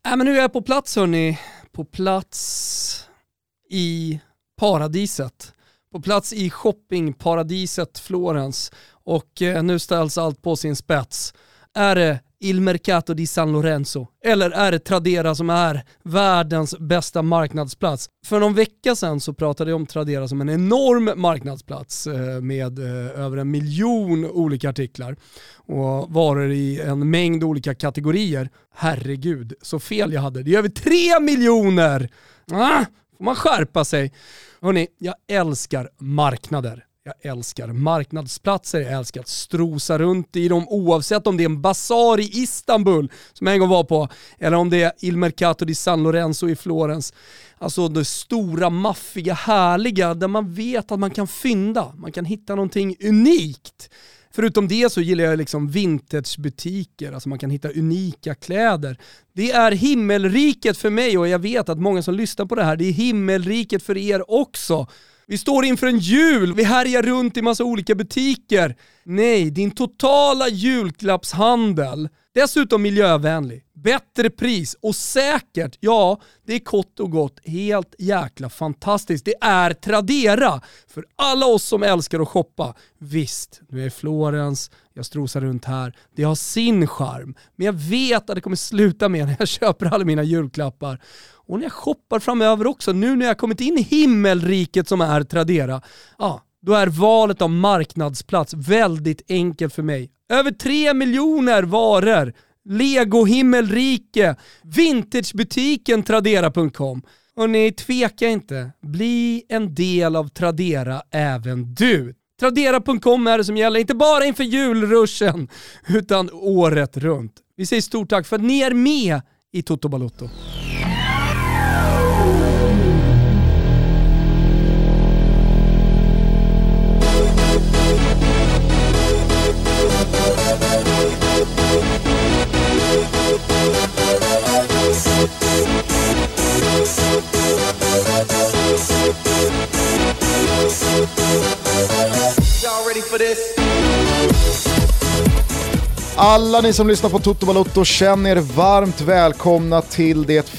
Men nu är jag på plats, hörni. På plats i paradiset. På plats i shoppingparadiset Florens. Och nu ställs allt på sin spets. Är det Il Mercato di San Lorenzo? Eller är det Tradera som är världens bästa marknadsplats? För någon vecka sedan så pratade jag om Tradera som en enorm marknadsplats med över 1 miljon olika artiklar och varor i en mängd olika kategorier. Herregud, så fel jag hade. Det är över 3 miljoner! Får man skärpa sig. Hörrni, jag älskar marknader. Jag älskar marknadsplatser, jag älskar att strosa runt i dem oavsett om det är en basar i Istanbul som jag en gång var på eller om det är Il Mercato di San Lorenzo i Florens. Alltså det stora, maffiga, härliga där man vet att man kan fynda, man kan hitta någonting unikt. Förutom det så gillar jag liksom vintagebutiker, alltså man kan hitta unika kläder. Det är himmelriket för mig och jag vet att många som lyssnar på det här, det är himmelriket för er också. Vi står inför en jul, vi härjar runt i massa olika butiker. Nej, din totala julklappshandel. Dessutom miljövänlig, bättre pris och säkert, ja, det är kort och gott helt jäkla fantastiskt. Det är Tradera för alla oss som älskar att shoppa. Visst, nu är jag i Florens, jag strosar runt här. Det har sin charm, men jag vet att det kommer sluta med när jag köper alla mina julklappar. Och när jag shoppar framöver också, nu när jag kommit in i himmelriket som är Tradera, då är valet av marknadsplats väldigt enkelt för mig. Över 3 miljoner varor, Lego himmelrike, vintagebutiken Tradera.com. Och nej, tveka inte, bli en del av Tradera även du. Tradera.com är det som gäller, inte bara inför julruschen, utan året runt. Vi säger stort tack för att ni är med i Toto Balotto. Alla ni som lyssnar på Toto Balotto känner er varmt välkomna till det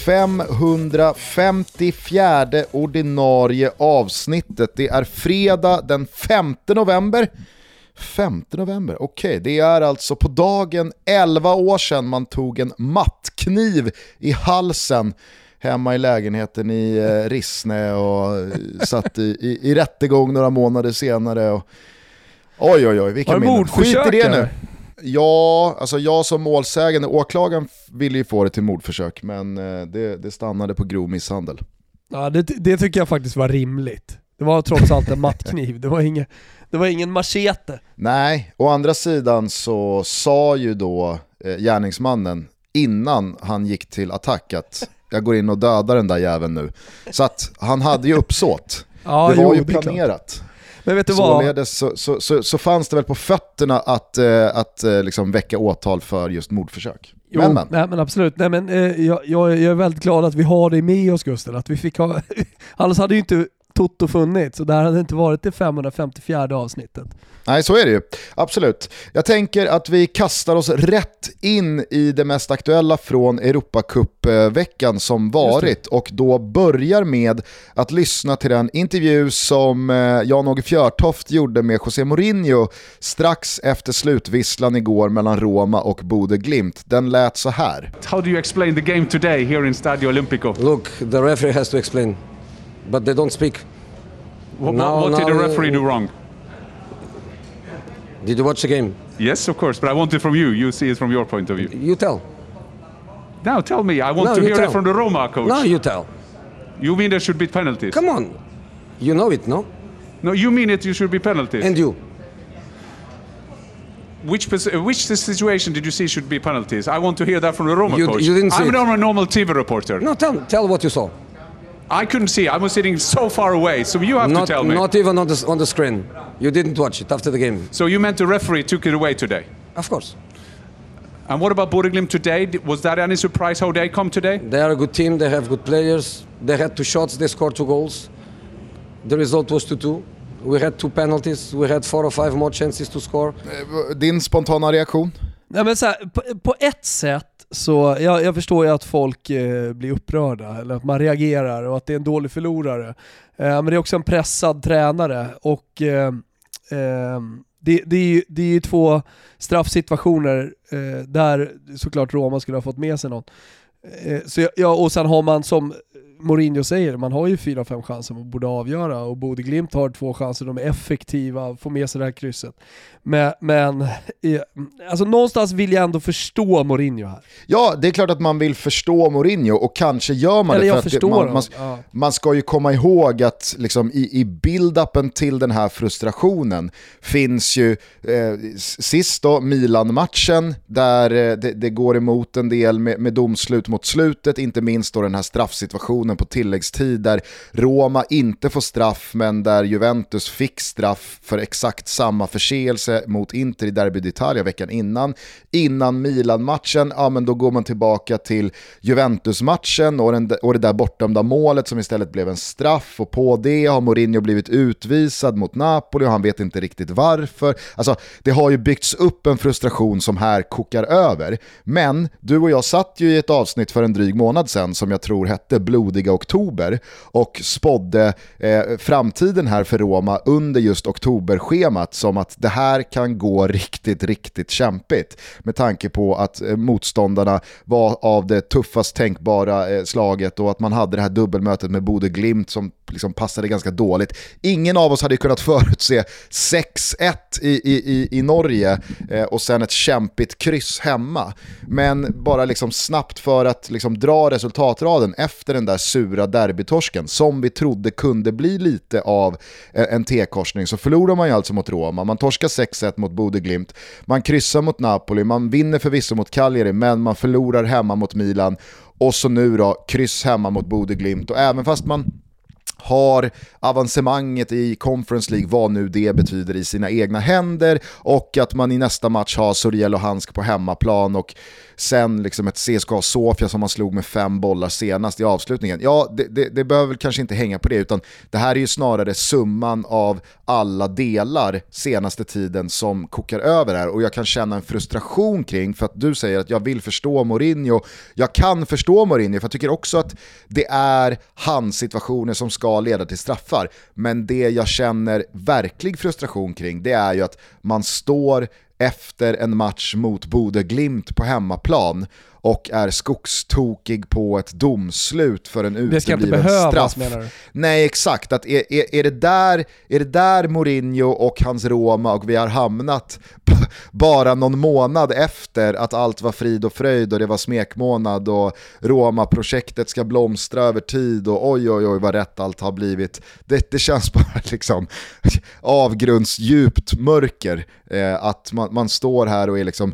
554 ordinarie avsnittet. Det är fredag den 5 november. 5 november, okej. Det är alltså på dagen 11 år sedan man tog en mattkniv i halsen hemma i lägenheten i Rissne och satt i rättegång några månader senare. Och, oj, vilka minnen. Skit i det nu. Ja, alltså jag som målsägande, åklagaren ville ju få det till mordförsök, men det stannade på grov misshandel. Ja, det tycker jag faktiskt var rimligt. Det var trots allt en mattkniv, det var ingen machete. Nej, å andra sidan så sa ju då gärningsmannen innan han gick till attack att jag går in och dödar den där jäveln nu. Så att han hade ju uppsåt. Ja, det var ju planerat. Men vet du vad? Så fanns det väl på fötterna att liksom väcka åtal för just mordförsök. Nej, men absolut. Nej, men, jag är väldigt glad att vi har det med oss, Gusten. Att vi fick ha, annars hade ju inte Toto funnits, så där hade inte varit det 554 avsnittet. Nej, så är det ju. Absolut. Jag tänker att vi kastar oss rätt in i det mest aktuella från Europacup-veckan som varit och då börjar med att lyssna till den intervju som Jan-Åge Fjörtoft gjorde med José Mourinho strax efter slutvisslan igår mellan Roma och Bodø Glimt. Den lät så här. How do you explain the game today here in Stadio Olimpico? Look, the referee has to explain, but they don't speak. What did the referee do wrong? Did you watch the game? Yes, of course, but I want it from you. You see it from your point of view. You tell. Now tell me. I want to hear it from the Roma coach. No, you tell. You mean there should be penalties? Come on. You know it, no? No, you mean it. You should be penalties. And you? Which situation did you see should be penalties? I want to hear that from the Roma coach. You didn't see I'm a normal TV reporter. No, tell what you saw. I couldn't see. I was sitting so far away, so you have to tell me. Not even on the screen. You didn't watch it after the game. So you meant the referee took it away today? Of course. And what about Bodø Glimt today? Was that any surprise how they come today? They are a good team. They have good players. They had 2 shots. They scored 2 goals. The result was 2-2. We had 2 penalties. We had 4 or 5 more chances to score. Din spontana reaktion? Nej, men så här, på ett sätt så jag förstår ju att folk blir upprörda eller att man reagerar och att det är en dålig förlorare. Men det är också en pressad tränare och det är ju 2 straffsituationer där såklart Roma skulle ha fått med sig något. Och sen har man, som Mourinho säger, man har ju 4-5 chanser man borde avgöra, och Bodø/Glimt har 2 chanser, de är effektiva, får med sig det här krysset. Men alltså någonstans vill jag ändå förstå Mourinho här. Ja, det är klart att man vill förstå Mourinho, och kanske gör man eller det för att man ska ju komma ihåg att liksom i build-upen till den här frustrationen finns ju sist då Milan-matchen där det går emot en del med domslut mot slutet, inte minst då den här straffsituationen på tilläggstid där Roma inte får straff men där Juventus fick straff för exakt samma förseelse mot Inter i Derby d'Italia veckan innan Milan-matchen. Ja, men då går man tillbaka till Juventus-matchen och det där bortdömda målet som istället blev en straff, och på det har Mourinho blivit utvisad mot Napoli och han vet inte riktigt varför. Alltså, det har ju byggts upp en frustration som här kokar över. Men du och jag satt ju i ett avsnitt för en dryg månad sedan som jag tror hette Blodiga oktober och spådde framtiden här för Roma under just oktoberschemat som att det här kan gå riktigt, riktigt kämpigt med tanke på att motståndarna var av det tuffast tänkbara slaget och att man hade det här dubbelmötet med Bodø/Glimt som liksom passade ganska dåligt. Ingen av oss hade kunnat förutse 6-1 i Norge och sen ett kämpigt kryss hemma. Men bara liksom snabbt för att liksom dra resultatraden efter den där sura derbytorsken som vi trodde kunde bli lite av en T-korsning, så förlorar man ju alltså mot Roma. Man torskar 6-1 mot Bodø/Glimt, man kryssar mot Napoli, man vinner förvisso mot Cagliari men man förlorar hemma mot Milan, och så nu då kryss hemma mot Bodø/Glimt. Och även fast man har avancemanget i Conference League, vad nu det betyder, i sina egna händer, och att man i nästa match har Suriel och Hansk på hemmaplan och sen liksom ett CSKA Sofia som man slog med 5 bollar senast i avslutningen. Ja, det behöver väl kanske inte hänga på det, utan det här är ju snarare summan av alla delar senaste tiden som kokar över här, och jag kan känna en frustration kring, för att du säger att jag vill förstå Mourinho. Jag kan förstå Mourinho, för jag tycker också att det är hans situationer som ska leda till straffar, men det jag känner verklig frustration kring, det är ju att man står efter en match mot Bodø/Glimt på hemmaplan och är skogstokig på ett domslut för en utebliven straff. Det ska inte behövas, menar du? Nej, exakt. Att är det där Mourinho och hans Roma, och vi har hamnat bara någon månad efter att allt var frid och fröjd och det var smekmånad och Roma-projektet ska blomstra över tid och oj vad rätt allt har blivit. Det känns bara liksom avgrundsdjupt mörker, att man står här och är liksom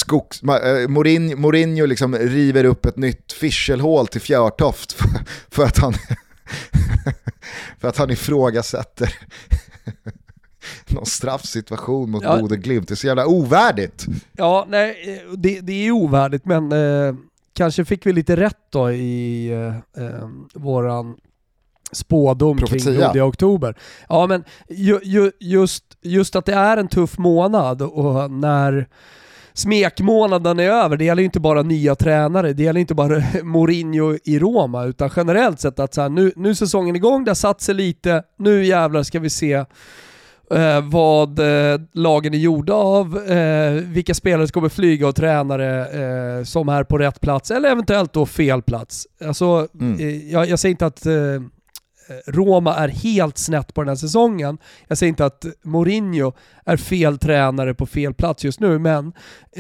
Mourinho liksom river upp ett nytt fischelhål till Fjärtoft för att han för att han ifrågasätter någon straffsituation mot Bodø/Glimt. Det är så jävla ovärdigt. Ja, nej, det är ovärdigt, men kanske fick vi lite rätt då i våran spådom kring blodiga oktober. Ja, men just att det är en tuff månad, och när smekmånaden är över, det gäller ju inte bara nya tränare, det gäller inte bara Mourinho i Roma, utan generellt sett att så här, nu är säsongen igång, det har satt sig lite, nu jävlar ska vi se vad lagen är gjorda av, vilka spelare som kommer flyga och tränare som är på rätt plats eller eventuellt då fel plats. Alltså, jag säger inte att Roma är helt snett på den här säsongen. Jag säger inte att Mourinho är fel tränare på fel plats just nu, men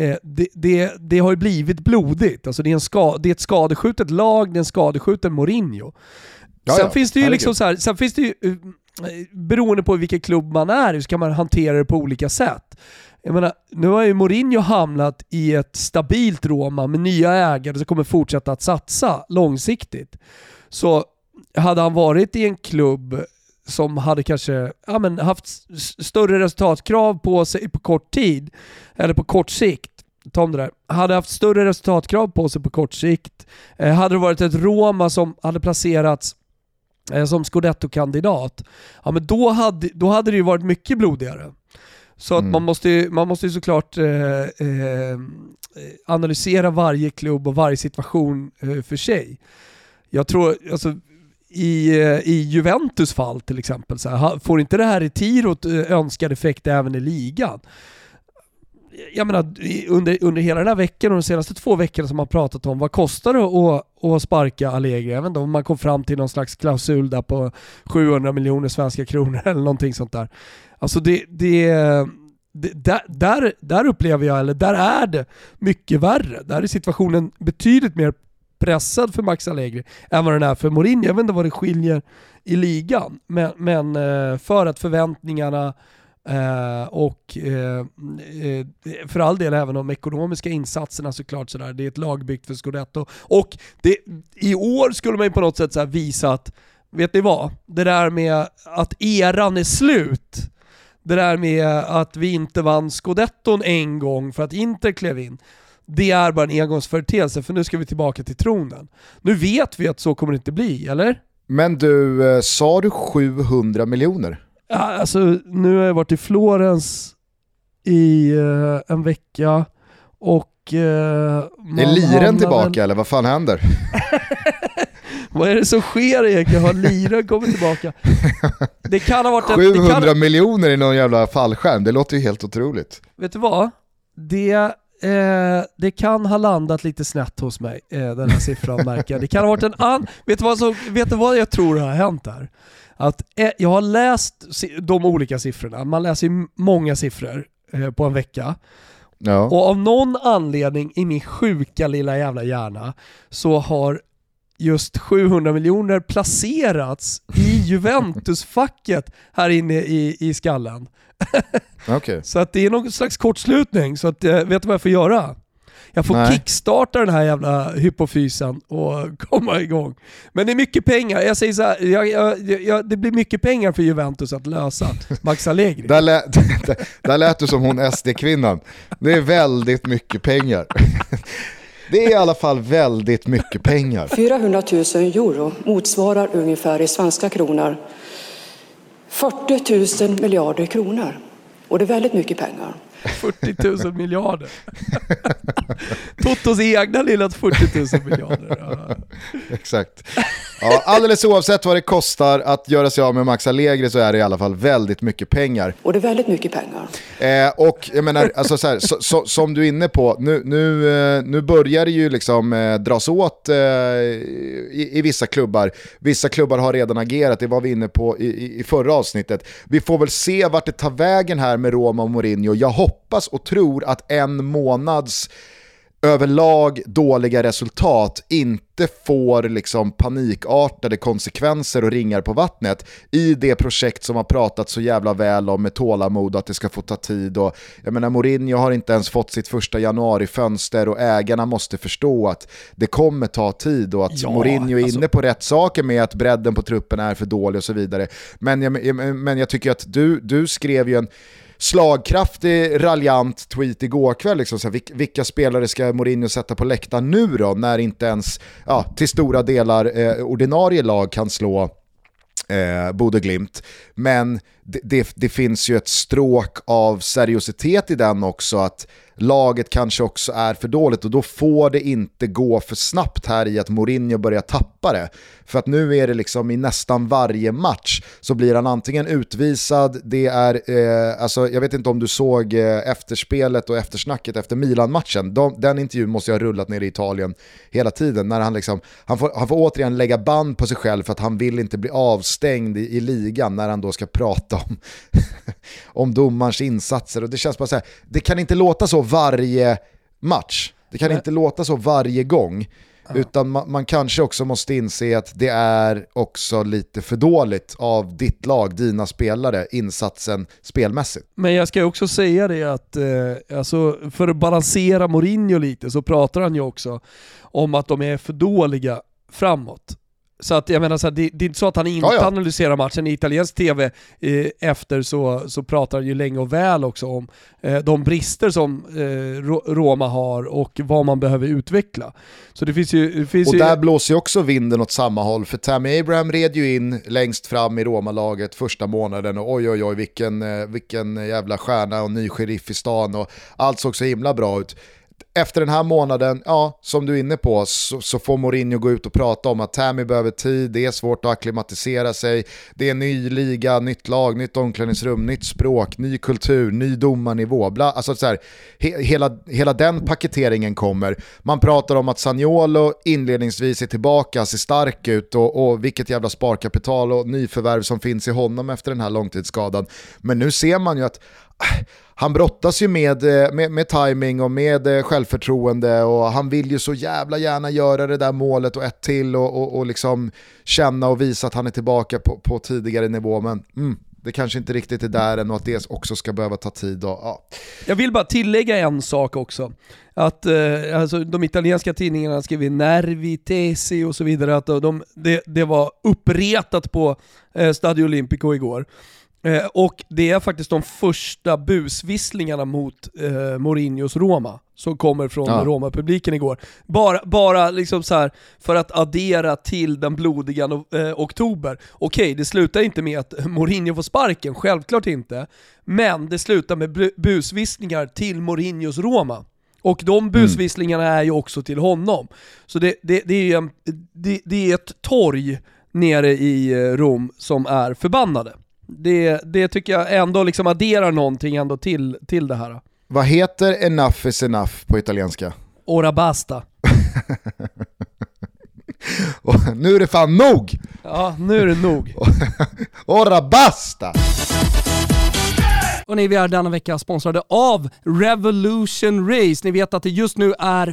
det har ju blivit blodigt. Alltså det är ett skadeskjutet lag, det är en skadeskjuten Mourinho. Sen finns det ju liksom så här, sen finns det ju, beroende på vilken klubb man är, så kan man hantera det på olika sätt. Jag menar, nu har ju Mourinho hamnat i ett stabilt Roma med nya ägare som kommer fortsätta att satsa långsiktigt. Så hade han varit i en klubb som hade kanske haft större resultatkrav på sig på kort tid, eller på kort sikt, hade haft större resultatkrav på sig på kort sikt, hade det varit ett Roma som hade placerats som Scudetto-kandidat, men då hade det ju varit mycket blodigare. Så att man måste ju såklart analysera varje klubb och varje situation för sig. Jag tror, alltså, i Juventus fall till exempel, så här, får inte det här i Tirot önskad effekt även i ligan? Jag menar, under hela den här veckan och de senaste 2 veckorna som man pratat om, vad kostar det att sparka Allegri? Även om man kom fram till någon slags klausul där på 700 miljoner svenska kronor eller någonting sånt där. Alltså där upplever jag, eller där är det mycket värre. Där är situationen betydligt mer pressad för Max Allegri än vad den är för Mourinho. Jag vet inte vad det skiljer i ligan, men för att förväntningarna och för all del även de ekonomiska insatserna såklart sådär, det är ett lag byggt för Scudetto, och i år skulle man ju på något sätt så här visa att, vet ni vad, det där med att eran är slut, det där med att vi inte vann Scudetton en gång för att Inter klev in, det är bara en engångsföreteelse, för nu ska vi tillbaka till tronen. Nu vet vi att så kommer det inte bli, eller? Men du, sa du 700 miljoner? Ja, alltså nu har jag varit i Florens i en vecka och är liren tillbaka eller vad fan händer? Vad är det som sker egentligen? Har liren kommit tillbaka? Det kan ha varit 700 miljoner i någon jävla fallskärm, det låter ju helt otroligt. Vet du vad? Det kan ha landat lite snett hos mig, den här siffran märker jag. Det kan ha varit vet du vad jag tror har hänt här? Att jag har läst de olika siffrorna. Man läser ju många siffror på en vecka. Ja. Och av någon anledning i min sjuka lilla jävla hjärna så har just 700 miljoner placerats i Juventus-facket här inne i skallen. Okay. Så att det är någon slags kortslutning. Så att, vet du vad jag får göra? Jag får kickstarta den här jävla hypofysen och komma igång. Men det är mycket pengar. Jag säger så här, det blir mycket pengar för Juventus att lösa Max Allegri. Där lät du som hon SD-kvinnan. Det är väldigt mycket pengar. Det är i alla fall väldigt mycket pengar. 400 000 euro motsvarar ungefär i svenska kronor 40 000 miljarder kronor. Och det är väldigt mycket pengar. 40 000 miljarder. Totos egna lilla 40 000 miljarder. Ja. Exakt. Ja, alldeles oavsett vad det kostar att göra sig av med Max Allegri så är det i alla fall väldigt mycket pengar. Och det är väldigt mycket pengar. Och jag menar, alltså så här, som du är inne på, nu börjar det ju liksom dras åt i vissa klubbar. Vissa klubbar har redan agerat, det var vi inne på i förra avsnittet. Vi får väl se vart det tar vägen här med Roma och Mourinho. Jag hoppas och tror att en månads överlag dåliga resultat inte får liksom panikartade konsekvenser och ringar på vattnet i det projekt som har pratat så jävla väl om med tålamod, att det ska få ta tid. Och jag menar, Mourinho har inte ens fått sitt 1 januari-fönster och ägarna måste förstå att det kommer ta tid och att Mourinho är inne på rätt saker med att bredden på truppen är för dålig och så vidare. Men jag tycker att du skrev ju en slagkraftig, raljant tweet igår kväll. Liksom, så här, vilka spelare ska Mourinho sätta på läktaren nu då, när inte ens till stora delar ordinarie lag kan slå Bodø Glimt. Men det finns ju ett stråk av seriositet i den också, att laget kanske också är för dåligt, och då får det inte gå för snabbt här i att Mourinho börjar tappa det. För att nu är det liksom i nästan varje match så blir han antingen utvisad, det är alltså jag vet inte om du såg efterspelet och eftersnacket efter Milan-matchen. Den intervjun måste jag ha rullat ner i Italien hela tiden, när han liksom han får återigen lägga band på sig själv för att han vill inte bli avstängd i ligan när han då ska prata om domarens insatser. Och det känns bara så här, det kan inte låta så varje match. Det kan inte låta så varje gång. Utan man kanske också måste inse att det är också lite för dåligt av ditt lag, dina spelare, insatsen spelmässigt. Men jag ska också säga det att alltså, för att balansera Mourinho lite så pratar han ju också om att de är för dåliga framåt. Så att jag menar så här, det är inte så att han inte analyserar matchen. I italiensk tv efter så pratar han ju länge och väl också om de brister som Roma har och vad man behöver utveckla. Så det finns ju... och där blåser ju också vinden åt samma håll, för Tammy Abraham red ju in längst fram i Roma-laget första månaden och oj vilken jävla stjärna och ny sheriff i stan och allt såg så himla bra ut. Efter den här månaden, ja, som du är inne på, så får Mourinho gå ut och prata om att Tammy behöver tid, det är svårt att akklimatisera sig, det är en ny liga, nytt lag, nytt omklädningsrum, nytt språk, ny kultur, ny domarnivå, bla. Alltså så här, hela den paketeringen kommer. Man pratar om att Zaniolo inledningsvis är tillbaka, ser stark ut och vilket jävla sparkapital och nyförvärv som finns i honom efter den här långtidsskadan. Men nu ser man ju att han brottas ju med timing och med självförtroende och han vill ju så jävla gärna göra det där målet och ett till och liksom känna och visa att han är tillbaka på tidigare nivå, men det kanske inte riktigt är där än och att det också ska behöva ta tid. Jag vill bara tillägga en sak också. Att alltså, de italienska tidningarna skrev Nervi, Tesi och så vidare att det var uppretat på Stadio Olimpico igår. Och det är faktiskt de första busvisslingarna mot Mourinhos Roma som kommer från Roma-publiken igår. Bara liksom så här för att addera till den blodiga oktober. Okej, det slutar inte med att Mourinho får sparken, självklart inte. Men det slutar med busvisslingar till Mourinhos Roma. Och de busvisslingarna är ju också till honom. Så det är ett torg nere i Rom som är förbannade. Det tycker jag ändå liksom adderar någonting ändå till det här. Vad heter enough is enough på italienska? Ora basta. Nu är det fan nog! Ja, nu är det nog. Ora basta! Och vi är denna vecka sponsrade av Revolution Race. Ni vet att det just nu är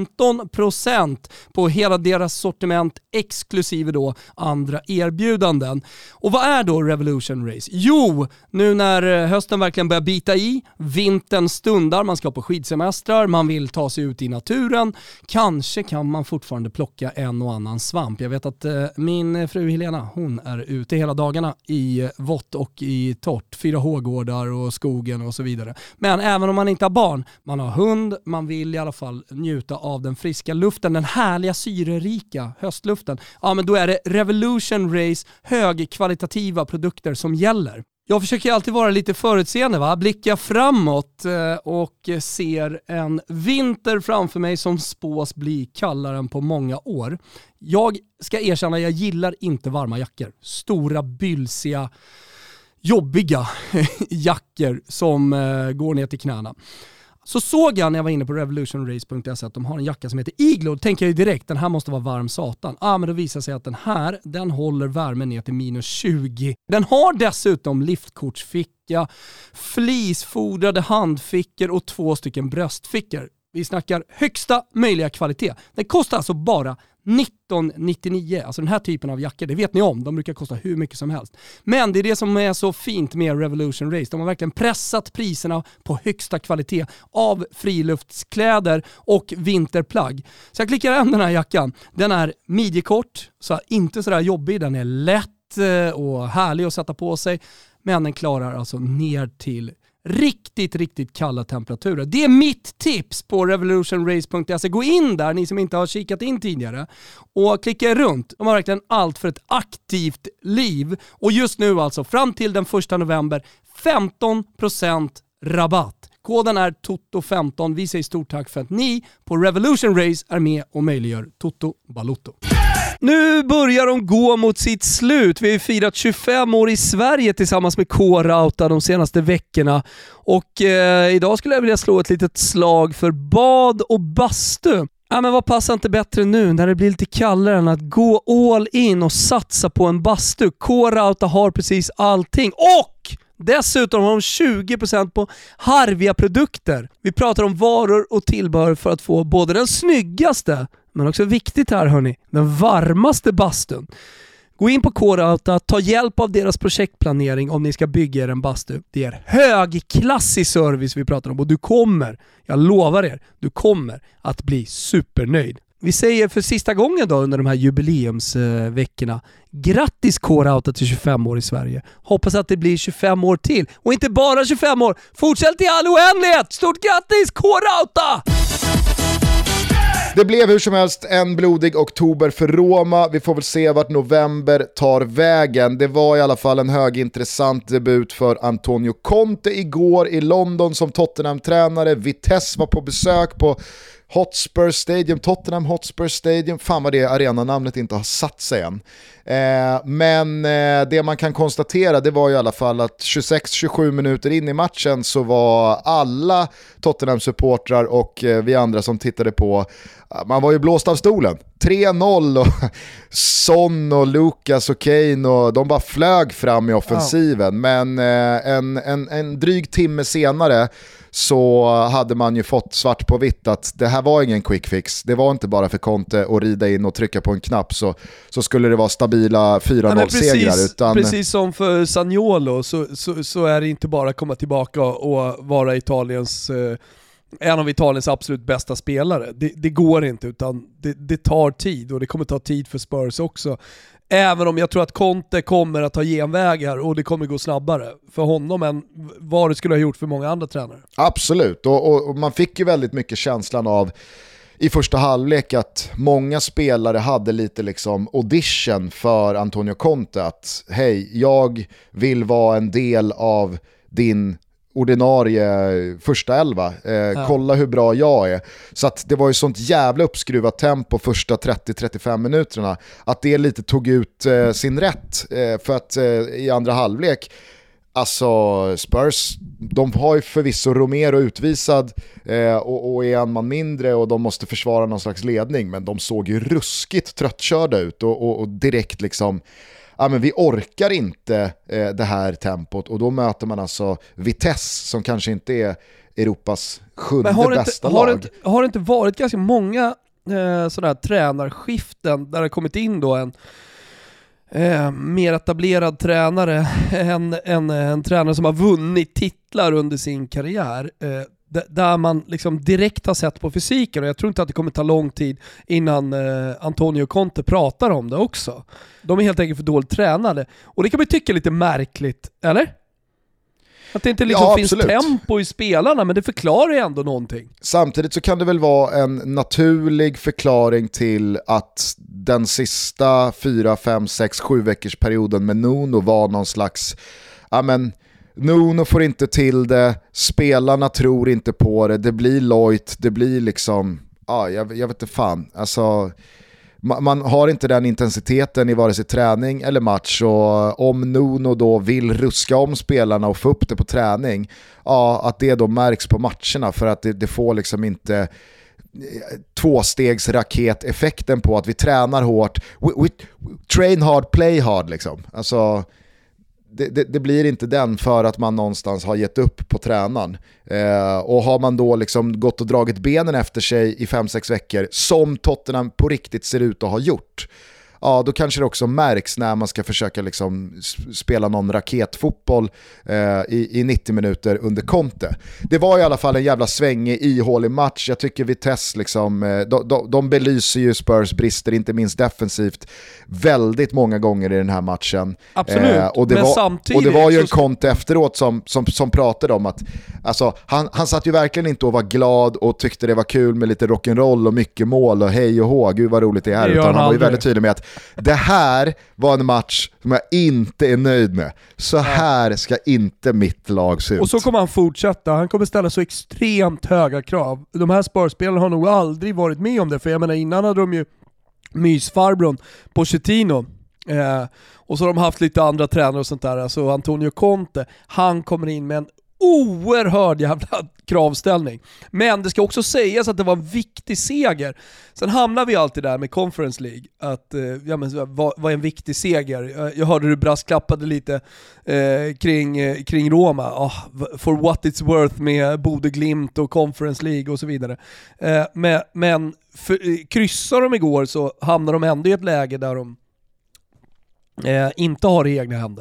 15% på hela deras sortiment exklusive då andra erbjudanden. Och vad är då Revolution Race? Jo, nu när hösten verkligen börjar bita i, vintern stundar, man ska på skidsemestrar, man vill ta sig ut i naturen. Kanske kan man fortfarande plocka en och annan svamp. Jag vet att min fru Helena, hon är ute hela dagarna i vått och i torrt, 4H-gårdar och skogen och så vidare. Men även om man inte har barn, man har hund, man vill i alla fall njuta av den friska luften, den härliga syrerika höstluften. Ja, men då är det Revolution Race högkvalitativa produkter som gäller. Jag försöker alltid vara lite förutseende, va? Blicka framåt och ser en vinter framför mig som spås bli kallare än på många år. Jag ska erkänna, jag gillar inte varma jackor. Stora, bylsiga, jobbiga jackor som går ner till knäna. Så såg jag när jag var inne på revolutionrace.se att de har en jacka som heter Igloo. Då tänker jag ju direkt, den här måste vara varm satan. Men då visar sig att den håller värmen ner till minus 20. Den har dessutom liftkortsficka, flisfodrade handfickor och 2 stycken bröstfickor. Vi snackar högsta möjliga kvalitet. Den kostar alltså bara 19,99. Alltså den här typen av jackor, det vet ni om. De brukar kosta hur mycket som helst. Men det är det som är så fint med Revolution Race. De har verkligen pressat priserna på högsta kvalitet av friluftskläder och vinterplagg. Så jag klickar hem den här jackan. Den är midjekort, så inte sådär jobbig. Den är lätt och härlig att sätta på sig. Men den klarar alltså ner till riktigt kalla temperaturer. Det är mitt tips på revolutionrace.se. Gå in där, ni som inte har kikat in tidigare, och klicka runt. De har verkligen allt för ett aktivt liv. Och just nu alltså, fram till den 1 november, 15% rabatt. Koden är TOTO15. Vi säger stort tack för att ni på Revolution Race är med och möjliggör Toto Balotto. Nu börjar de gå mot sitt slut. Vi har firat 25 år i Sverige tillsammans med K-Rauta de senaste veckorna. Och idag skulle jag vilja slå ett litet slag för bad och bastu. Men vad passar inte bättre nu när det blir lite kallare än att gå all in och satsa på en bastu. K-Rauta har precis allting. Och dessutom har de 20% på Harvia produkter. Vi pratar om varor och tillbehör för att få både den snyggaste, men också viktigt här hörni, den varmaste bastun. Gå in på K-Rauta, ta hjälp av deras projektplanering om ni ska bygga er en bastu. Det är högklassig service vi pratar om och du kommer, jag lovar er, du kommer att bli supernöjd vi säger för sista gången då under de här jubileumsveckorna, grattis K-Rauta till 25 år i Sverige. Hoppas att det blir 25 år till. Och inte bara 25 år, fortsätt i all oändlighet! Stort grattis K-Rauta! Det blev hur som helst en blodig oktober för Roma. Vi får väl se vart november tar vägen. Det var i alla fall en högintressant debut för Antonio Conte igår i London som Tottenham-tränare. Vitesse var på besök på Hotspur Stadium, Tottenham Hotspur Stadium. Fan vad det arenanamnet inte har satt sig än. Men det man kan konstatera, det var i alla fall att 26-27 minuter in i matchen så var alla Tottenham-supportrar och vi andra som tittade på, man var ju blåst av stolen. 3-0 och Son och Lucas och Kane och de bara flög fram i offensiven. Men en dryg timme senare så hade man ju fått svart på vitt att det här var ingen quick fix. Det var inte bara för Conte att rida in och trycka på en knapp så skulle det vara stabila 4-0-segrar. Utan... Precis som för Zaniolo så är det inte bara att komma tillbaka och vara en av Italiens absolut bästa spelare. Det går inte, utan det tar tid och det kommer ta tid för Spurs också. Även om jag tror att Conte kommer att ta genvägar och det kommer gå snabbare för honom än vad det skulle ha gjort för många andra tränare. Absolut, och man fick ju väldigt mycket känslan av i första halvlek att många spelare hade lite liksom audition för Antonio Conte att hej, jag vill vara en del av din ordinarie första 11. Kolla hur bra jag är. Så att det var ju sånt jävla uppskruvat tempo första 30-35 minuterna att det lite tog ut sin rätt. För att i andra halvlek, alltså Spurs, de har ju förvisso Romero utvisad och är en man mindre och de måste försvara någon slags ledning, men de såg ju ruskigt tröttkörda ut och direkt liksom men vi orkar inte det här tempot, och då möter man alltså Vitesse som kanske inte är Europas bästa lag. Har det inte varit ganska många sådana här tränarskiften där det kommit in då en mer etablerad tränare, en tränare som har vunnit titlar under sin karriär, där man liksom direkt har sett på fysiken, och jag tror inte att det kommer ta lång tid innan Antonio Conte pratar om det också. De är helt enkelt för dåligt tränade, och det kan man tycka lite märkligt, eller? Att det inte liksom finns tempo i spelarna, men det förklarar ju ändå någonting. Samtidigt så kan det väl vara en naturlig förklaring till att den sista 4, 5, 6, 7 veckors perioden med Nuno var någon slags, Nuno får inte till det, spelarna tror inte på det, det blir lojt, det blir liksom, jag vet inte fan, alltså man har inte den intensiteten i vare sig träning eller match, och om Nuno då vill ruska om spelarna och få upp det på träning, att det då märks på matcherna, för att det får liksom inte tvåstegsraketeffekten på att vi tränar hårt, we train hard, play hard liksom, alltså det blir inte den för att man någonstans har gett upp på tränaren. Och har man då liksom gått och dragit benen efter sig i 5-6 veckor som Tottenham på riktigt ser ut att ha gjort, då kanske det också märks när man ska försöka liksom spela någon raketfotboll i 90 minuter under Conte. Det var i alla fall en jävla svängig, ihålig match. Jag tycker Vitesse liksom, de belyser ju Spurs brister, inte minst defensivt, väldigt många gånger i den här matchen. Absolut, och det var ju en Conte efteråt som pratade om att alltså, han satt ju verkligen inte och var glad och tyckte det var kul med lite rock'n'roll och mycket mål och hej och hå, gud vad roligt det är, utan han var ju väldigt tydlig med att det här var en match som jag inte är nöjd med. Så här ska inte mitt lag se ut. Och så kommer han fortsätta. Han kommer ställa så extremt höga krav. De här Spurs-spelarna har nog aldrig varit med om det. För jag menar, innan hade de ju mysfarbron Pochettino. Och så har de haft lite andra tränare och sånt där. Alltså Antonio Conte, han kommer in med en oerhörd jävla kravställning. Men det ska också sägas att det var en viktig seger. Sen hamnar vi alltid där med Conference League att vad en viktig seger. Jag hörde du brasklappade lite kring Roma. For what it's worth med Bodø Glimt och Conference League och så vidare. Men kryssar de igår så hamnar de ändå i ett läge där de inte har det i egna händer.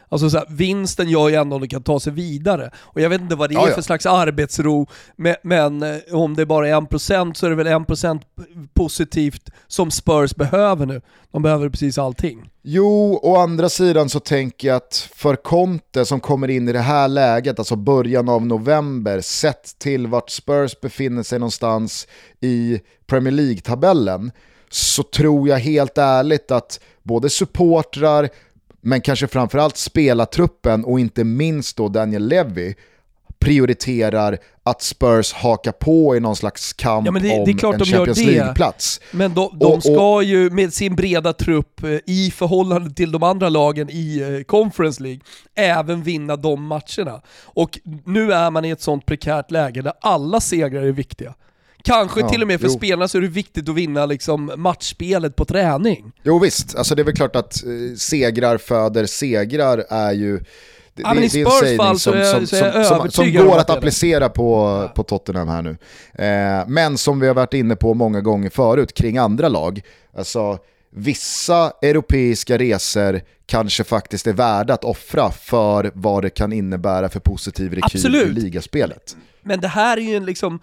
Alltså så här, vinsten gör ju ändå att de kan ta sig vidare. Och jag vet inte vad det är för slags arbetsro, men om det bara är 1% så är det väl 1% positivt som Spurs behöver nu. De behöver precis allting. Jo, å andra sidan så tänker jag att för Conte som kommer in i det här läget, alltså början av november, sett till vart Spurs befinner sig någonstans i Premier League-tabellen, så tror jag helt ärligt att både supportrar, men kanske framförallt spelartruppen och inte minst då Daniel Levy prioriterar att Spurs hakar på i någon slags kamp om en Champions League-plats. Men de ska ju med sin breda trupp i förhållande till de andra lagen i Conference League även vinna de matcherna. Och nu är man i ett sånt prekärt läge där alla segrar är viktiga. Kanske till och med för spelarna så är det viktigt att vinna liksom matchspelet på träning. Jo visst, alltså det är väl klart att segrar föder segrar är ju... Det är en sägning som går att applicera på Tottenham här nu. Men som vi har varit inne på många gånger förut kring andra lag. Alltså vissa europeiska resor kanske faktiskt är värda att offra för vad det kan innebära för positiv rekyl i ligaspelet. Men det här är ju en liksom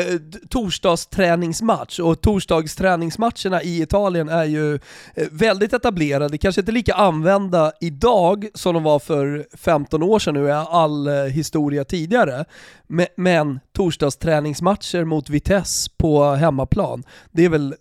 torsdagsträningsmatch, och torsdagsträningsmatcherna i Italien är ju väldigt etablerade, kanske inte lika använda idag som de var för 15 år sedan, nu är all historia tidigare, men torsdagsträningsmatcher mot Vitesse på hemmaplan, det är väl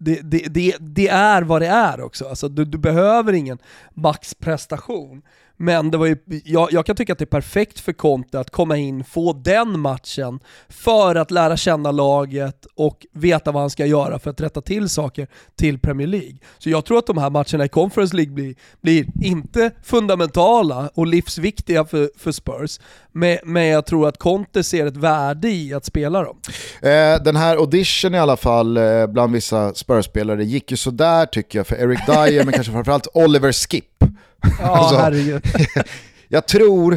det är vad det är också, alltså du behöver ingen maxprestation. Men det var ju, jag kan tycka att det är perfekt för Conte att komma in, få den matchen för att lära känna laget och veta vad han ska göra för att rätta till saker till Premier League. Så jag tror att de här matcherna i Conference League blir inte fundamentala och livsviktiga för Spurs, men jag tror att Conte ser ett värde i att spela dem. Den här audition i alla fall bland vissa Spurs-spelare gick ju sådär tycker jag för Eric Dyer, men kanske framförallt Oliver Skip. Ja, alltså, herregud. jag tror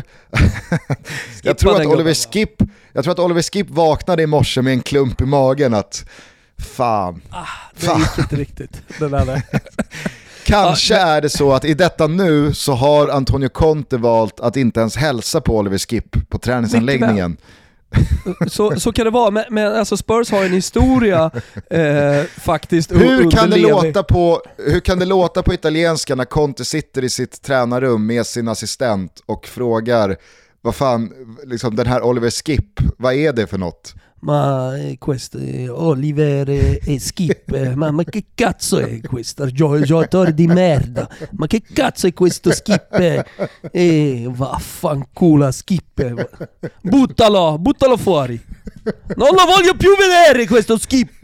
att Oliver Skip vaknade i morse med en klump i magen att fan. Det gick inte riktigt. Det där. Kanske är det så att i detta nu så har Antonio Conte valt att inte ens hälsa på Oliver Skip på träningsanläggningen. Så kan det vara, men alltså Spurs har en historia faktiskt. Hur kan det låta på italienska när Conte sitter i sitt tränarrum med sin assistent och frågar vad fan, liksom den här Oliver Skip, vad är det för något? Ma questo Oliver e Skip, ma che cazzo è questo giocatore di merda, ma che cazzo è questo Skip, vaffanculo Skip, buttalo fuori, non lo voglio più vedere questo Skip.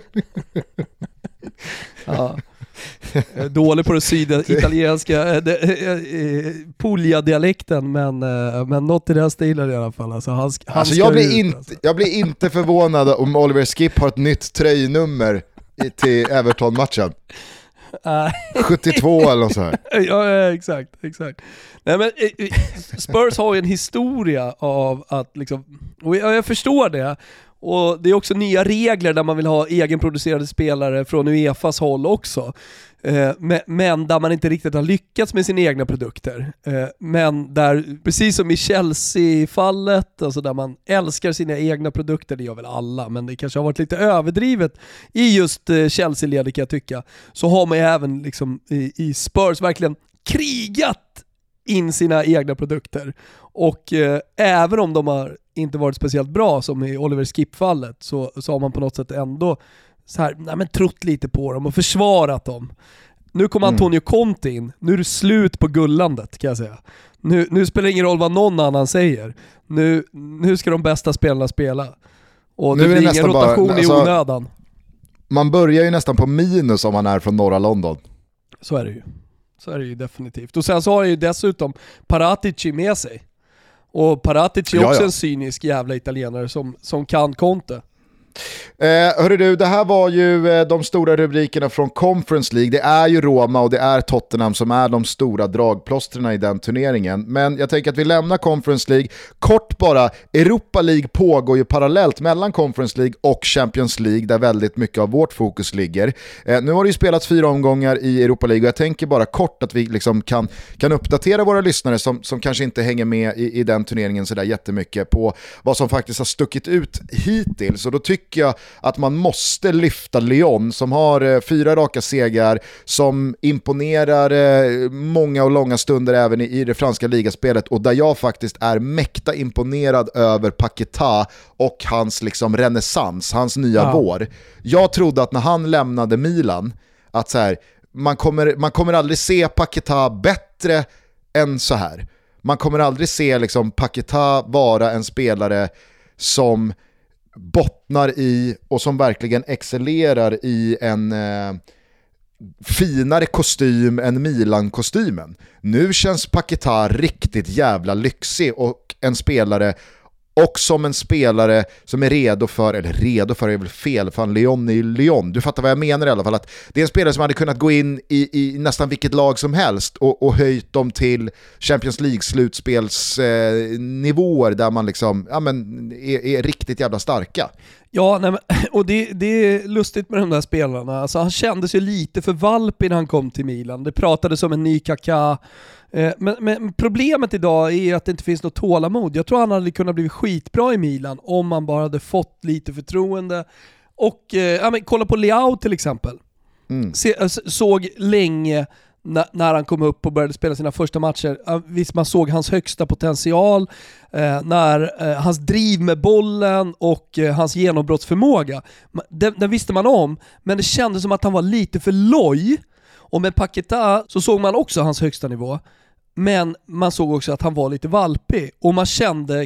Ja. Dålig på det italienska Puglia-dialekten, men något i den stilen i alla fall. Alltså, jag blir inte förvånad om Oliver Skip har ett nytt tröjnummer till Everton-matchen. 72 eller något så här. Ja, exakt. Nej, men Spurs har ju en historia av att liksom, och jag förstår det. Och det är också nya regler där man vill ha egenproducerade spelare från UEFAs håll också. Men där man inte riktigt har lyckats med sina egna produkter. Men där, precis som i Chelsea-fallet, alltså där man älskar sina egna produkter, det gör väl alla, men det kanske har varit lite överdrivet i just Chelsea-ledet kan jag tycka. Så har man ju även liksom i Spurs verkligen krigat in sina egna produkter. Och även om de har inte varit speciellt bra som i Oliver Skip-fallet, så har man på något sätt ändå så här, trott lite på dem och försvarat dem. Nu kommer Antonio Conte in. Nu är det slut på gullandet kan jag säga. Nu spelar det ingen roll vad någon annan säger. Nu ska de bästa spelarna spela. Och det blir ingen rotation i onödan. Man börjar ju nästan på minus om man är från norra London. Så är det ju definitivt. Och sen så har ju dessutom Paratici med sig. Och Paratici är också en cynisk jävla italienare som kan Conte. Hörru du, det här var ju de stora rubrikerna från Conference League. Det är ju Roma och det är Tottenham som är de stora dragplåsterna i den turneringen. Men jag tänker att vi lämnar Conference League. Kort bara, Europa League pågår ju parallellt mellan Conference League och Champions League, där väldigt mycket av vårt fokus ligger. Nu har det ju spelats 4 omgångar i Europa League och jag tänker bara kort att vi liksom kan uppdatera våra lyssnare som kanske inte hänger med i den turneringen så där jättemycket på vad som faktiskt har stuckit ut hittills. Och då tycker jag att man måste lyfta Lyon som har 4 raka segrar, som imponerar många och långa stunder även i det franska ligaspelet, och där jag faktiskt är mäkta imponerad över Paquetá och hans liksom renässans, hans nya vår. Jag trodde att när han lämnade Milan att så här, man kommer aldrig se Paquetá bättre än så här. Man kommer aldrig se liksom Paquetá vara en spelare som bottnar i och som verkligen excellerar i en finare kostym än Milan-kostymen. Nu känns Paquetá riktigt jävla lyxig och en spelare, och som en spelare som är redo för är väl fel, fan Lyon är ju Lyon. Du fattar vad jag menar i alla fall, att det är en spelare som hade kunnat gå in i nästan vilket lag som helst och höjt dem till Champions League-slutspelsnivåer där man liksom är riktigt jävla starka. Ja, nej, och det är lustigt med de där spelarna. Alltså, han kändes ju lite för valpig när han kom till Milan. Det pratades om en ny Kaká. Men problemet idag är att det inte finns något tålamod. Jag tror han hade kunnat bli skitbra i Milan om man bara hade fått lite förtroende. Och kolla på Leao till exempel. Såg länge när han kom upp och började spela sina första matcher. Visst, man såg hans högsta potential, när hans driv med bollen och hans genombrottsförmåga. Den visste man om, men det kändes som att han var lite för loj. Och med Paquetá så såg man också hans högsta nivå, men man såg också att han var lite valpig. Och man kände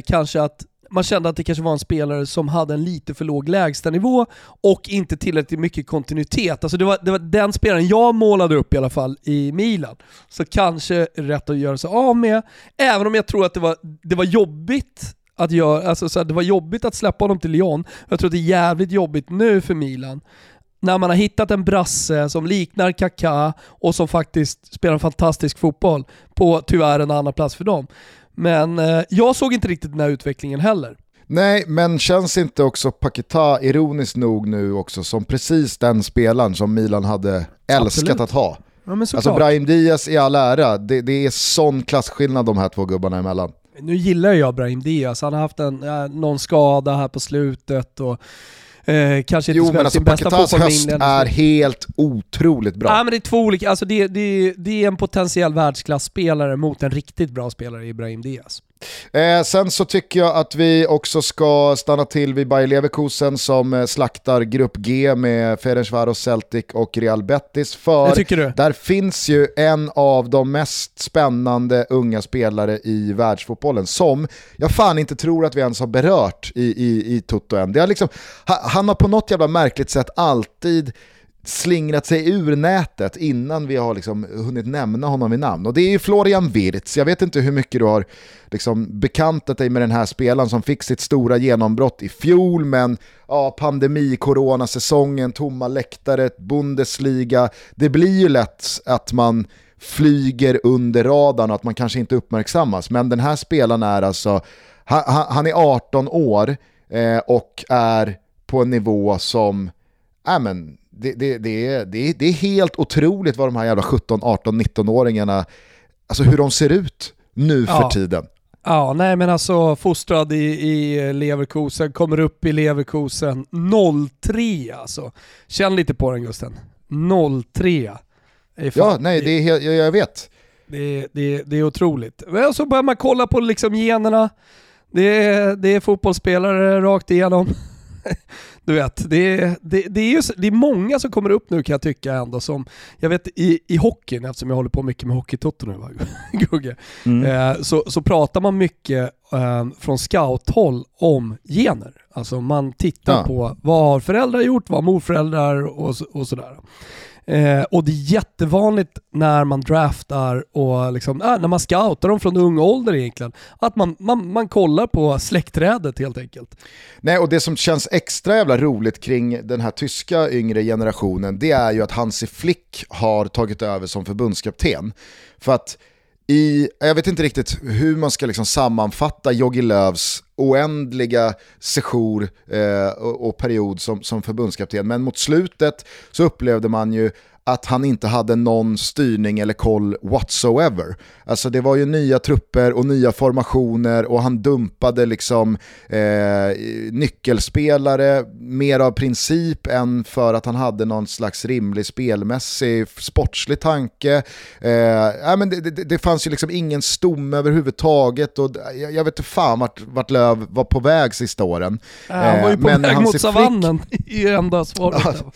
att det kanske var en spelare som hade en lite för låg lägstanivå och inte tillräckligt mycket kontinuitet. Alltså det var den spelaren jag målade upp i alla fall i Milan. Så kanske rätt att göra sig av med, även om jag tror att det var jobbigt att göra, alltså så det var jobbigt att släppa honom till Lyon. Jag tror att det är jävligt jobbigt nu för Milan, när man har hittat en brasse som liknar Kaká och som faktiskt spelar en fantastisk fotboll på tyvärr en annan plats för dem. Men jag såg inte riktigt den här utvecklingen heller. Nej, men känns inte också Paquetá ironiskt nog nu också som precis den spelaren som Milan hade älskat att ha? Ja, alltså Brahim Diaz i all ära, det är sån klasskillnad de här två gubbarna emellan. Nu gillar jag Brahim Diaz, han har haft någon skada här på slutet och kanske inte men alltså Paquetás höst är helt otroligt bra. Ja, men det är två olika, alltså det är en potentiell världsklasspelare mot en riktigt bra spelare i Brahim Diaz. Sen så tycker jag att vi också ska stanna till vid Bayer Leverkusen som slaktar grupp G med Ferencvaros, Celtic och Real Betis. För där finns ju en av de mest spännande unga spelare i världsfotbollen som jag fan inte tror att vi ens har berört i Toto än. Det är liksom, han har på något jävla märkligt sätt alltid slingrat sig ur nätet innan vi har liksom hunnit nämna honom vid namn. Och det är ju Florian Wirtz. Jag vet inte hur mycket du har liksom bekantat dig med den här spelaren som fick sitt stora genombrott i fjol, men pandemi, coronasäsongen, tomma läktare, Bundesliga. Det blir ju lätt att man flyger under radarn och att man kanske inte uppmärksammas. Men den här spelaren är alltså, han är 18 år och är på en nivå som det är helt otroligt vad de här jävla 17, 18, 19-åringarna, alltså hur de ser ut nu för tiden. Ja, nej men alltså fostrad i Leverkusen, kommer upp i Leverkusen 03 alltså. Känn lite på den, Gusten. 03. Ja, nej, det är jag vet. Det är otroligt. Men så börjar man kolla på liksom generna. Det är fotbollsspelare rakt igenom. Du vet, det är många som kommer upp nu, kan jag tycka ändå, som jag vet i hockeyn, eftersom jag håller på mycket med hockeytoto nu, Gugge. Så pratar man mycket från scouthåll om gener. Alltså man tittar på vad har föräldrar gjort, vad har morföräldrar och sådär. Och det är jättevanligt när man draftar och liksom, när man scoutar dem från ung ålder egentligen, att man kollar på släktträdet helt enkelt. Nej, och det som känns extra jävla roligt kring den här tyska yngre generationen, det är ju att Hansi Flick har tagit över som förbundskapten. För att jag vet inte riktigt hur man ska liksom sammanfatta Jogi Löws oändliga sejour och period som förbundskapten, men mot slutet så upplevde man ju att han inte hade någon styrning eller koll whatsoever. Alltså det var ju nya trupper och nya formationer och han dumpade liksom nyckelspelare mer av princip än för att han hade någon slags rimlig spelmässig sportslig tanke. Men det fanns ju liksom ingen stomme överhuvudtaget och jag vet inte fan vart Löw var på väg sista åren. Han var ju på väg mot savannen i enda svaret.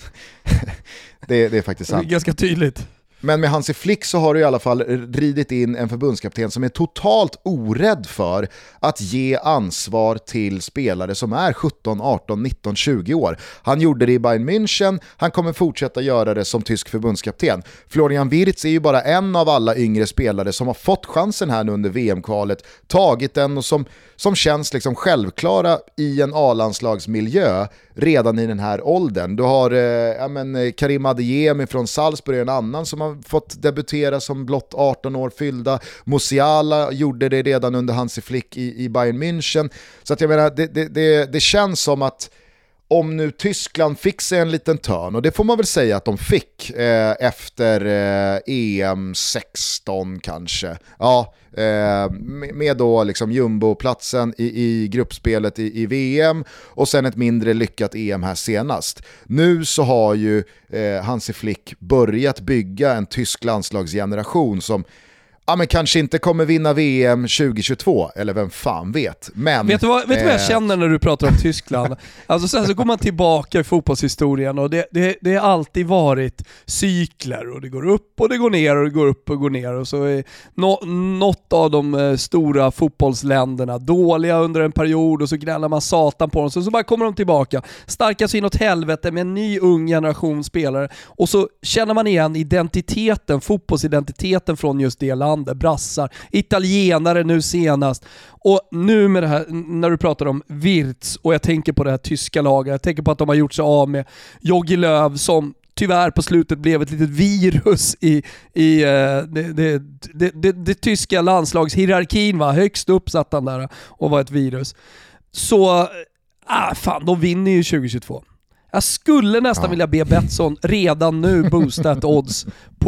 Det är faktiskt sant. Det är ganska tydligt. Men med Hansi Flick så har du i alla fall ridit in en förbundskapten som är totalt orädd för att ge ansvar till spelare som är 17, 18, 19, 20 år. Han gjorde det i Bayern München, han kommer fortsätta göra det som tysk förbundskapten. Florian Wirtz är ju bara en av alla yngre spelare som har fått chansen här nu under VM-kvalet, tagit den och som känns liksom självklara i en A-landslagsmiljö redan i den här åldern. Du har Karim Adeyemi från Salzburg, en annan som har fått debutera som blott 18 år fyllda. Musiala gjorde det redan under Hansi Flick i Bayern München. Så att jag menar, det känns som att om nu Tyskland fick sig en liten törn, och det får man väl säga att de fick efter EM 16 kanske. Ja, med då liksom jumboplatsen i gruppspelet i VM och sen ett mindre lyckat EM här senast. Nu så har ju Hansi Flick börjat bygga en tysk landslagsgeneration som men kanske inte kommer vinna VM 2022, eller vem fan vet. Men, vet du vad jag känner när du pratar om Tyskland? Alltså sen så går man tillbaka i fotbollshistorien och det har alltid varit cykler och det går upp och det går ner och det går upp och går ner och så är något av de stora fotbollsländerna dåliga under en period och så gnäller man satan på dem så bara kommer de tillbaka, starka sig inåt helvete med en ny ung generation spelare och så känner man igen identiteten, fotbollsidentiteten från just det landet. Brassar, italienare nu senast och nu med det här när du pratar om Wirtz och jag tänker på det här tyska laget, jag tänker på att de har gjort sig av med Jogi Löw som tyvärr på slutet blev ett litet virus i det tyska landslagshierarkin, var högst uppsatt han där och var ett virus. Så fan, de vinner ju 2022. Jag skulle nästan vilja be Betsson redan nu boosta ett odds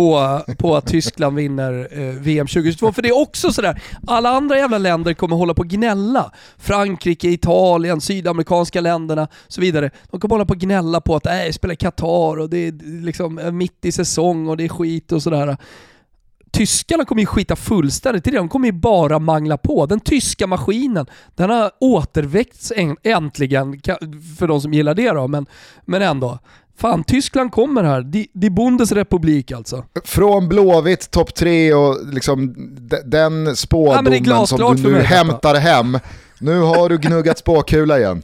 på att Tyskland vinner VM 2022. För det är också sådär, alla andra jävla länder kommer hålla på att gnälla. Frankrike, Italien, sydamerikanska länderna och så vidare. De kommer hålla på att gnälla på att spela Qatar och det är liksom mitt i säsong och det är skit och sådär. Tyskarna kommer ju skita fullständigt i det. De kommer ju bara mangla på. Den tyska maskinen, den har återväckts äntligen för de som gillar det då. Men ändå. Fan, Tyskland kommer här. Die Bundesrepublik alltså. Från Blåvitt topp 3 och liksom den spådomen som du nu hämtar hem. Nu har du gnuggat spåkula igen.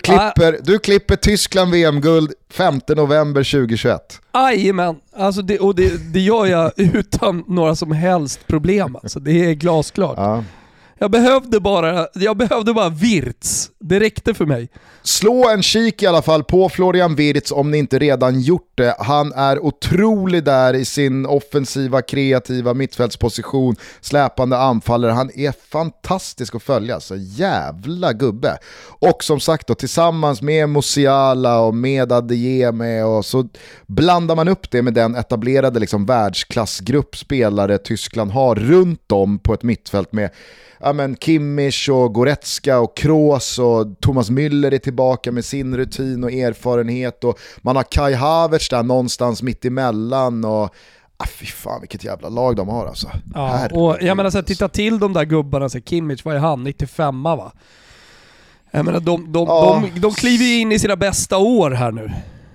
Du klipper Tyskland VM-guld 5 november 2021. Jajamän, alltså det gör jag utan några som helst problem. Alltså, det är glasklart. Ja. Jag behövde bara Wirtz. Det räckte för mig. Slå en kik i alla fall på Florian Wirtz om ni inte redan gjort det. Han är otrolig där i sin offensiva, kreativa mittfältsposition, släpande anfallare. Han är fantastisk att följa, så jävla gubbe. Och som sagt då, tillsammans med Musiala och med Adeyemi och så blandar man upp det med den etablerade liksom världsklassgrupp spelare Tyskland har runt om på ett mittfält med Kimmich och Goretzka och Kroos och Thomas Müller är tillbaka med sin rutin och erfarenhet och man har Kai Havertz där någonstans mitt emellan och fy fan vilket jävla lag de har alltså. Ja, och jag menar så här, titta till de där gubbarna så Kimmich, vad är han? 95 va? Jag menar de kliver ju in i sina bästa år här nu.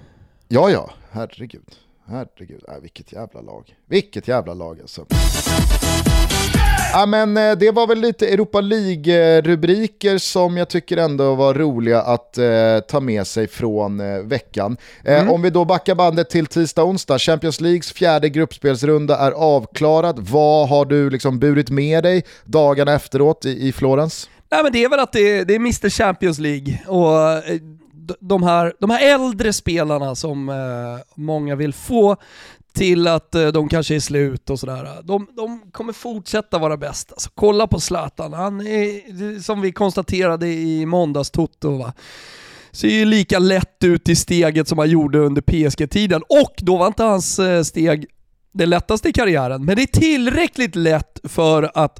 Ja, herregud. Vilket jävla lag alltså. Ja, men det var väl lite Europa League-rubriker som jag tycker ändå var roliga att ta med sig från veckan. Om vi då backar bandet till tisdag-onsdag, Champions Leagues 4:e gruppspelsrunda är avklarad. Vad har du liksom burit med dig dagarna efteråt i Florens? Nej, men det är väl att det är Mr. Champions League och de här äldre spelarna som många vill få till att de kanske är slut och sådär. De kommer fortsätta vara bäst. Alltså, kolla på Zlatan. Han är, som vi konstaterade i måndags, Toto, va? Ser ju lika lätt ut i steget som han gjorde under PSG-tiden. Och då var inte hans steg det lättaste i karriären. Men det är tillräckligt lätt för att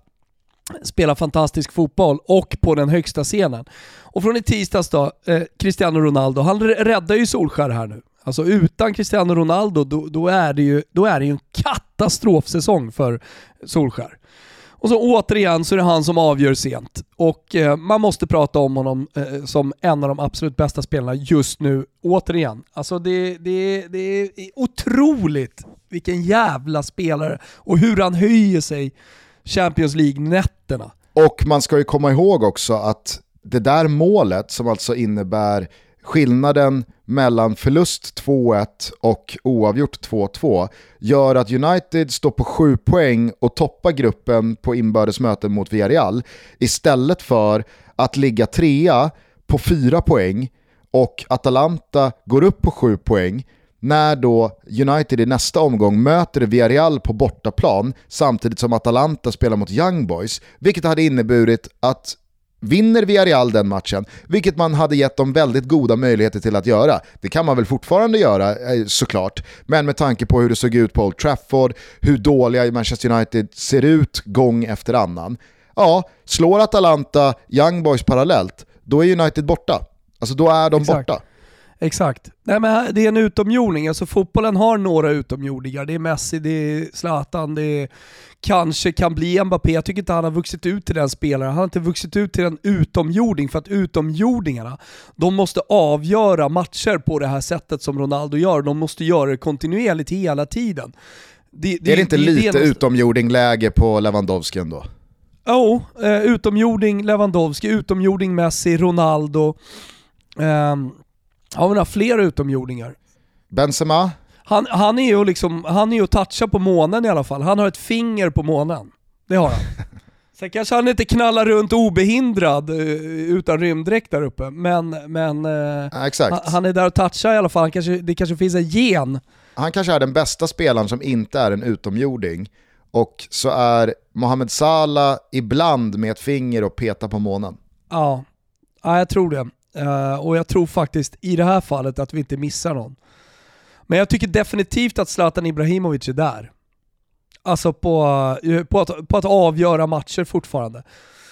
spela fantastisk fotboll och på den högsta scenen. Och från i tisdags då, Cristiano Ronaldo, han räddar ju Solskär här nu. Alltså utan Cristiano Ronaldo då är det ju en katastrofsäsong för Solskär. Och så återigen så är det han som avgör sent. Och man måste prata om honom som en av de absolut bästa spelarna just nu. Återigen. Alltså det är otroligt vilken jävla spelare och hur han höjer sig Champions League-nätterna. Och man ska ju komma ihåg också att det där målet som alltså innebär skillnaden mellan förlust 2-1 och oavgjort 2-2 gör att United står på 7 poäng och toppar gruppen på inbördes möten mot Villarreal istället för att ligga 3 på 4 poäng och Atalanta går upp på 7 poäng när då United i nästa omgång möter Villarreal på bortaplan samtidigt som Atalanta spelar mot Young Boys, vilket hade inneburit att vinner Villarreal den matchen, vilket man hade gett dem väldigt goda möjligheter till att göra. Det kan man väl fortfarande göra såklart, men med tanke på hur det såg ut på Old Trafford, hur dåliga Manchester United ser ut gång efter annan. Ja, slår Atalanta Young Boys parallellt, då är United borta. Alltså då är de borta. Exakt. Nej, men det är en utomjording. Alltså fotbollen har några utomjordingar. Det är Messi, det är Zlatan, det kanske kan bli Mbappé. Jag tycker inte han har vuxit ut till den spelaren. Han har inte vuxit ut till en utomjording, för att utomjordingarna, de måste avgöra matcher på det här sättet som Ronaldo gör. De måste göra det kontinuerligt hela tiden. Är det inte lite utomjordingläge på Lewandowski ändå? Utomjording Lewandowski, utomjording Messi, Ronaldo. Har vi några fler utomjordingar? Benzema? Han är ju liksom, han är ju att toucha på månen i alla fall. Han har ett finger på månen. Det har han. Sen kanske han inte knallar runt obehindrad utan rymddräkt där uppe. Men exakt. Han är där och touchar i alla fall. Det kanske finns en gen. Han kanske är den bästa spelaren som inte är en utomjording. Och så är Mohamed Salah ibland med ett finger och petar på månen. Ja, jag tror det. Och jag tror faktiskt i det här fallet att vi inte missar någon. Men jag tycker definitivt att Zlatan Ibrahimovic är där. Alltså på att avgöra matcher fortfarande.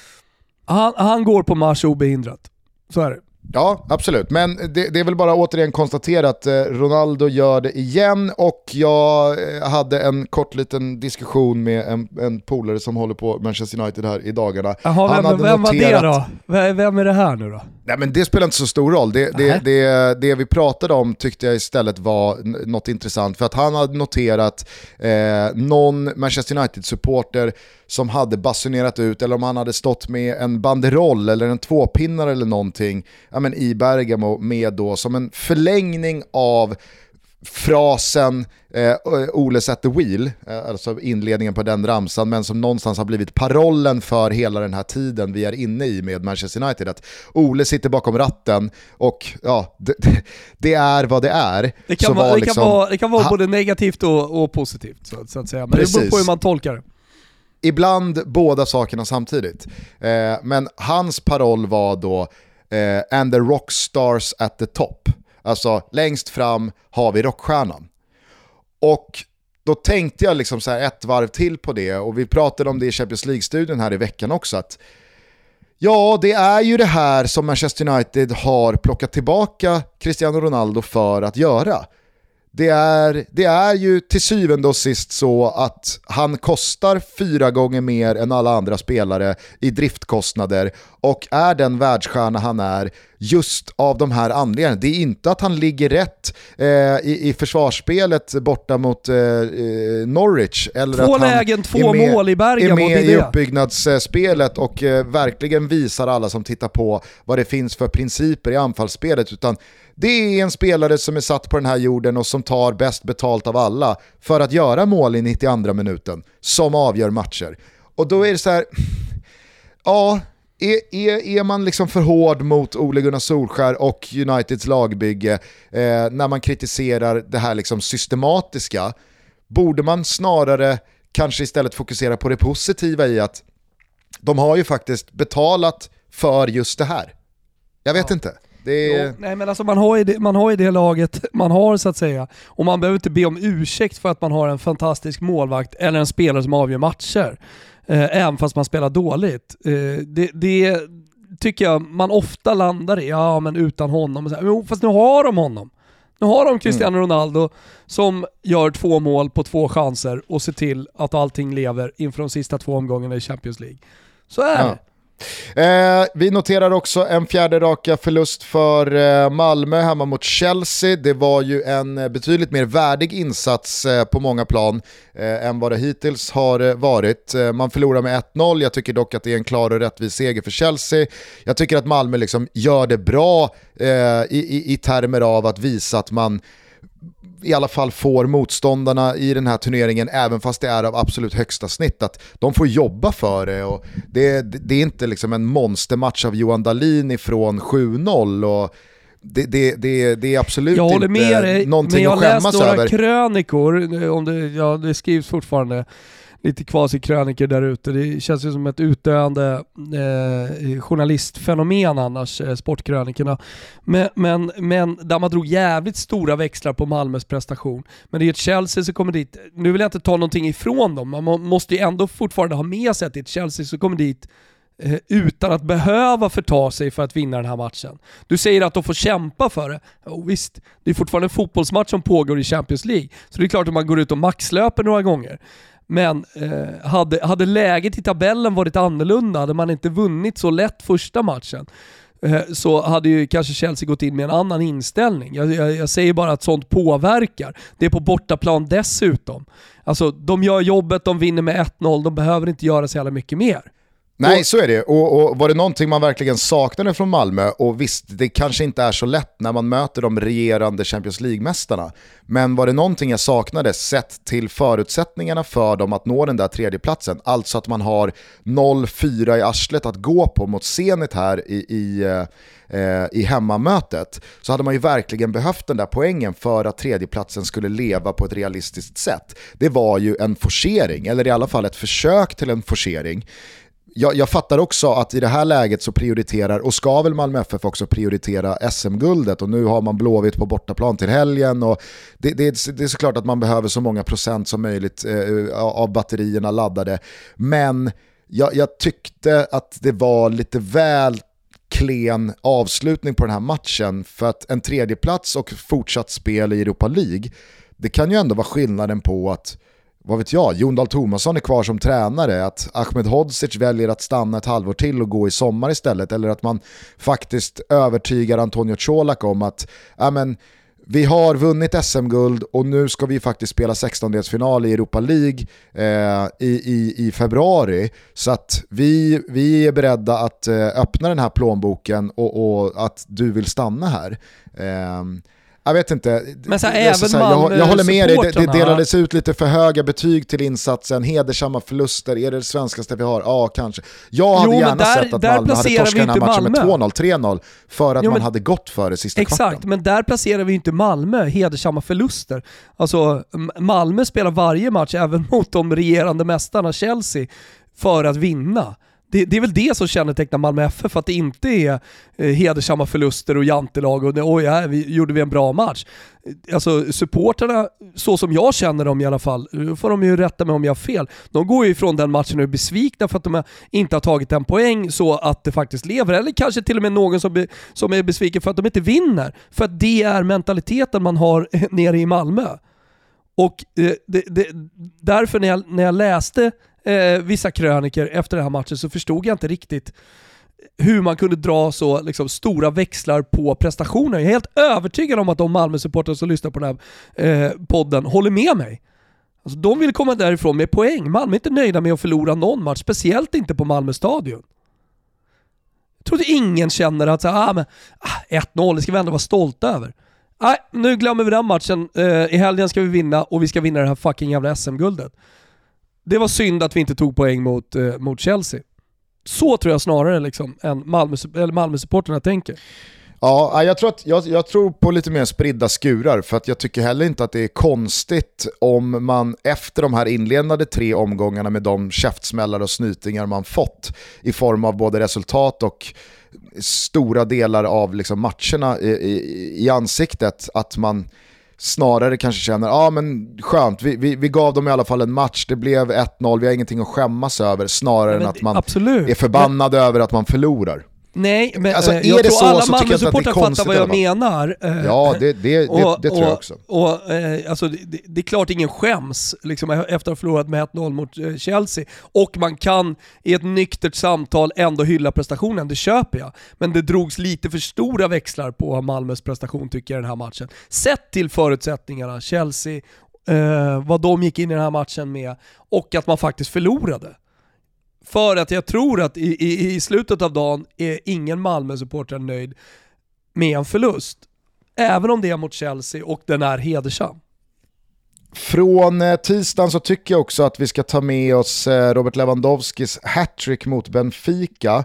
Han går på marsch obehindrat. Så är det. Ja, absolut. Men det är väl bara återigen konstatera att Ronaldo gör det igen, och jag hade en kort liten diskussion med en polare som håller på Manchester United här i dagarna. Jaha, vem var det då? Vem är det här nu då? Nej, men det spelar inte så stor roll. Det vi pratade om tyckte jag istället var något intressant, för att han hade noterat någon Manchester United-supporter som hade basunerat ut, eller om han hade stått med en banderoll eller en tvåpinnare eller någonting i Bergamo med då som en förlängning av frasen Ole set the wheel, alltså inledningen på den ramsan, men som någonstans har blivit parollen för hela den här tiden vi är inne i med Manchester United, att Ole sitter bakom ratten och ja, det är vad det är. Det kan vara både negativt och positivt så att säga, men precis. Det beror på hur man tolkar det. Ibland båda sakerna samtidigt. Men hans paroll var då and the rock stars at the top. Alltså längst fram har vi rockstjärnan. Och då tänkte jag liksom så här ett varv till på det, och vi pratade om det i Champions League-studien här i veckan också, att ja, det är ju det här som Manchester United har plockat tillbaka Cristiano Ronaldo för att göra. Det är ju till syvende och sist så att han kostar 4 gånger mer än alla andra spelare i driftkostnader, och är den världsstjärna han är, just av de här anledningarna. Det är inte att han ligger rätt i försvarsspelet borta mot Norwich. Eller två att han lägen, två mål i Bergamo. är med i uppbyggnadsspelet och verkligen visar alla som tittar på vad det finns för principer i anfallsspelet, utan det är en spelare som är satt på den här jorden och som tar bäst betalt av alla för att göra mål i 92 minuten som avgör matcher. Och då är det så här, ja, är man liksom för hård mot Ole Gunnar Solskjær och Uniteds lagbygge när man kritiserar det här liksom systematiska? Borde man snarare kanske istället fokusera på det positiva i att de har ju faktiskt betalat för just det här? Jag vet inte. Nej, men alltså man har ju det laget man har, så att säga, och man behöver inte be om ursäkt för att man har en fantastisk målvakt eller en spelare som avgör matcher, även fast man spelar dåligt. Det tycker jag man ofta landar i. Ja, men utan honom. Men fast nu har de honom. Nu har de Cristiano Ronaldo som gör 2 mål på 2 chanser och ser till att allting lever inför de sista 2 omgångarna i Champions League. Så är det. Vi noterar också en 4:e raka förlust för Malmö hemma mot Chelsea. Det var ju en betydligt mer värdig insats på många plan än vad det hittills har varit. Man förlorar med 1-0. Jag tycker dock att det är en klar och rättvis seger för Chelsea. Jag tycker att Malmö liksom gör det bra i termer av att visa att man i alla fall får motståndarna i den här turneringen, även fast det är av absolut högsta snitt, att de får jobba för det, och det är inte liksom en monstermatch av Johan Dahlin ifrån 7-0, och det är absolut jag håller inte med dig, någonting att skämmas över. Men jag har läst några krönikor, om det skrivs fortfarande lite kvasi-kröniker där ute. Det känns ju som ett utdöende journalistfenomen annars, sportkrönikerna. Men där man drog jävligt stora växlar på Malmös prestation. Men det är ett Chelsea som kommer dit. Nu vill jag inte ta någonting ifrån dem. Man måste ju ändå fortfarande ha med sig att det är ett Chelsea som kommer dit utan att behöva förta sig för att vinna den här matchen. Du säger att de får kämpa för det. Jo, visst, det är fortfarande en fotbollsmatch som pågår i Champions League. Så det är klart att man går ut och maxlöper några gånger. Men hade läget i tabellen varit annorlunda, hade man inte vunnit så lätt första matchen, så hade ju kanske Chelsea gått in med en annan inställning. Jag säger bara att sånt påverkar. Det är på bortaplan dessutom. Alltså, de gör jobbet, de vinner med 1-0, de behöver inte göra så jävla mycket mer. Nej, så är det. Och var det någonting man verkligen saknade från Malmö, och visst, det kanske inte är så lätt när man möter de regerande Champions League-mästarna, men var det någonting jag saknade sett till förutsättningarna för dem att nå den där 3:e platsen, alltså att man har 0-4 i arslet att gå på mot Zenit här i hemmamötet, så hade man ju verkligen behövt den där poängen för att 3:e platsen skulle leva på ett realistiskt sätt. Det var ju en forcering, eller i alla fall ett försök till en forcering. Jag fattar också att i det här läget så prioriterar, och ska väl Malmö FF också prioritera SM-guldet, och nu har man Blåvitt på bortaplan till helgen, och det är såklart att man behöver så många procent som möjligt av batterierna laddade, men jag tyckte att det var lite väl klen avslutning på den här matchen, för att en 3:e plats och fortsatt spel i Europa League, det kan ju ändå vara skillnaden på att, vad vet jag, Jon Dahl Tomasson är kvar som tränare, att Ahmed Hodzic väljer att stanna ett halvår till och gå i sommar istället, eller att man faktiskt övertygar Antonio Colak om att vi har vunnit SM-guld och nu ska vi faktiskt spela 16-delsfinal i Europa League i februari, så att vi är beredda att öppna den här plånboken och att du vill stanna här. Jag vet inte, men jag håller med dig, det delades ut lite för höga betyg till insatsen, hedersamma förluster, är det svenskaste vi har? Ja, kanske. Jag hade gärna sett att Malmö hade torskat den här matchen med 2-0, 3-0 för att man hade gått för det sista kvarten. Exakt, men där placerar vi inte Malmö hedersamma förluster. Alltså, Malmö spelar varje match, även mot de regerande mästarna Chelsea, för att vinna. Det är väl det som kännetecknar Malmö FF, att det inte är hedersamma förluster och jantelag och gjorde vi en bra match. Alltså supporterna, så som jag känner dem i alla fall, får de ju rätta mig om jag har fel. De går ju ifrån den matchen och är besvikna för att de inte har tagit en poäng så att det faktiskt lever. Eller kanske till och med någon som är besviken för att de inte vinner. För att det är mentaliteten man har nere i Malmö. Och därför när jag läste vissa kröniker efter den här matchen så förstod jag inte riktigt hur man kunde dra så liksom stora växlar på prestationer. Jag är helt övertygad om att de Malmö-supportrar som lyssnar på den här podden håller med mig. Alltså, de vill komma därifrån med poäng. Malmö är inte nöjda med att förlora någon match, speciellt inte på Malmö stadion. Jag tror att ingen känner att 1-0, det ska vi ändå vara stolta över. Nej, nu glömmer vi den matchen. I helgen ska vi vinna och vi ska vinna det här fucking jävla SM-guldet. Det var synd att vi inte tog poäng mot Chelsea. Så tror jag snarare liksom än Malmö-supporterna tänker. Ja, jag tror på lite mer spridda skurar, för att jag tycker heller inte att det är konstigt om man efter de här inledande 3 omgångarna med de käftsmällar och snytingar man fått i form av både resultat och stora delar av liksom matcherna i ansiktet, att man snarare kanske känner, men skönt, vi gav dem i alla fall en match, det blev 1-0, vi har ingenting att skämmas över, snarare än att man är förbannad över att man förvar. Nej, men alltså, jag tror alla Malmö-supportrar fattar vad jag menar. Ja, det tror jag också. Alltså, det är klart ingen skäms liksom, efter att ha förlorat med 1-0 mot Chelsea. Och man kan i ett nyktert samtal ändå hylla prestationen, det köper jag. Men det drogs lite för stora växlar på Malmös prestation tycker jag den här matchen. Sett till förutsättningarna, Chelsea, vad de gick in i den här matchen med och att man faktiskt förlorade. För att jag tror att i slutet av dagen är ingen Malmö-supporter nöjd med en förlust. Även om det är mot Chelsea och den är hedersam. Från tisdagen så tycker jag också att vi ska ta med oss Robert Lewandowskis hattrick mot Benfica.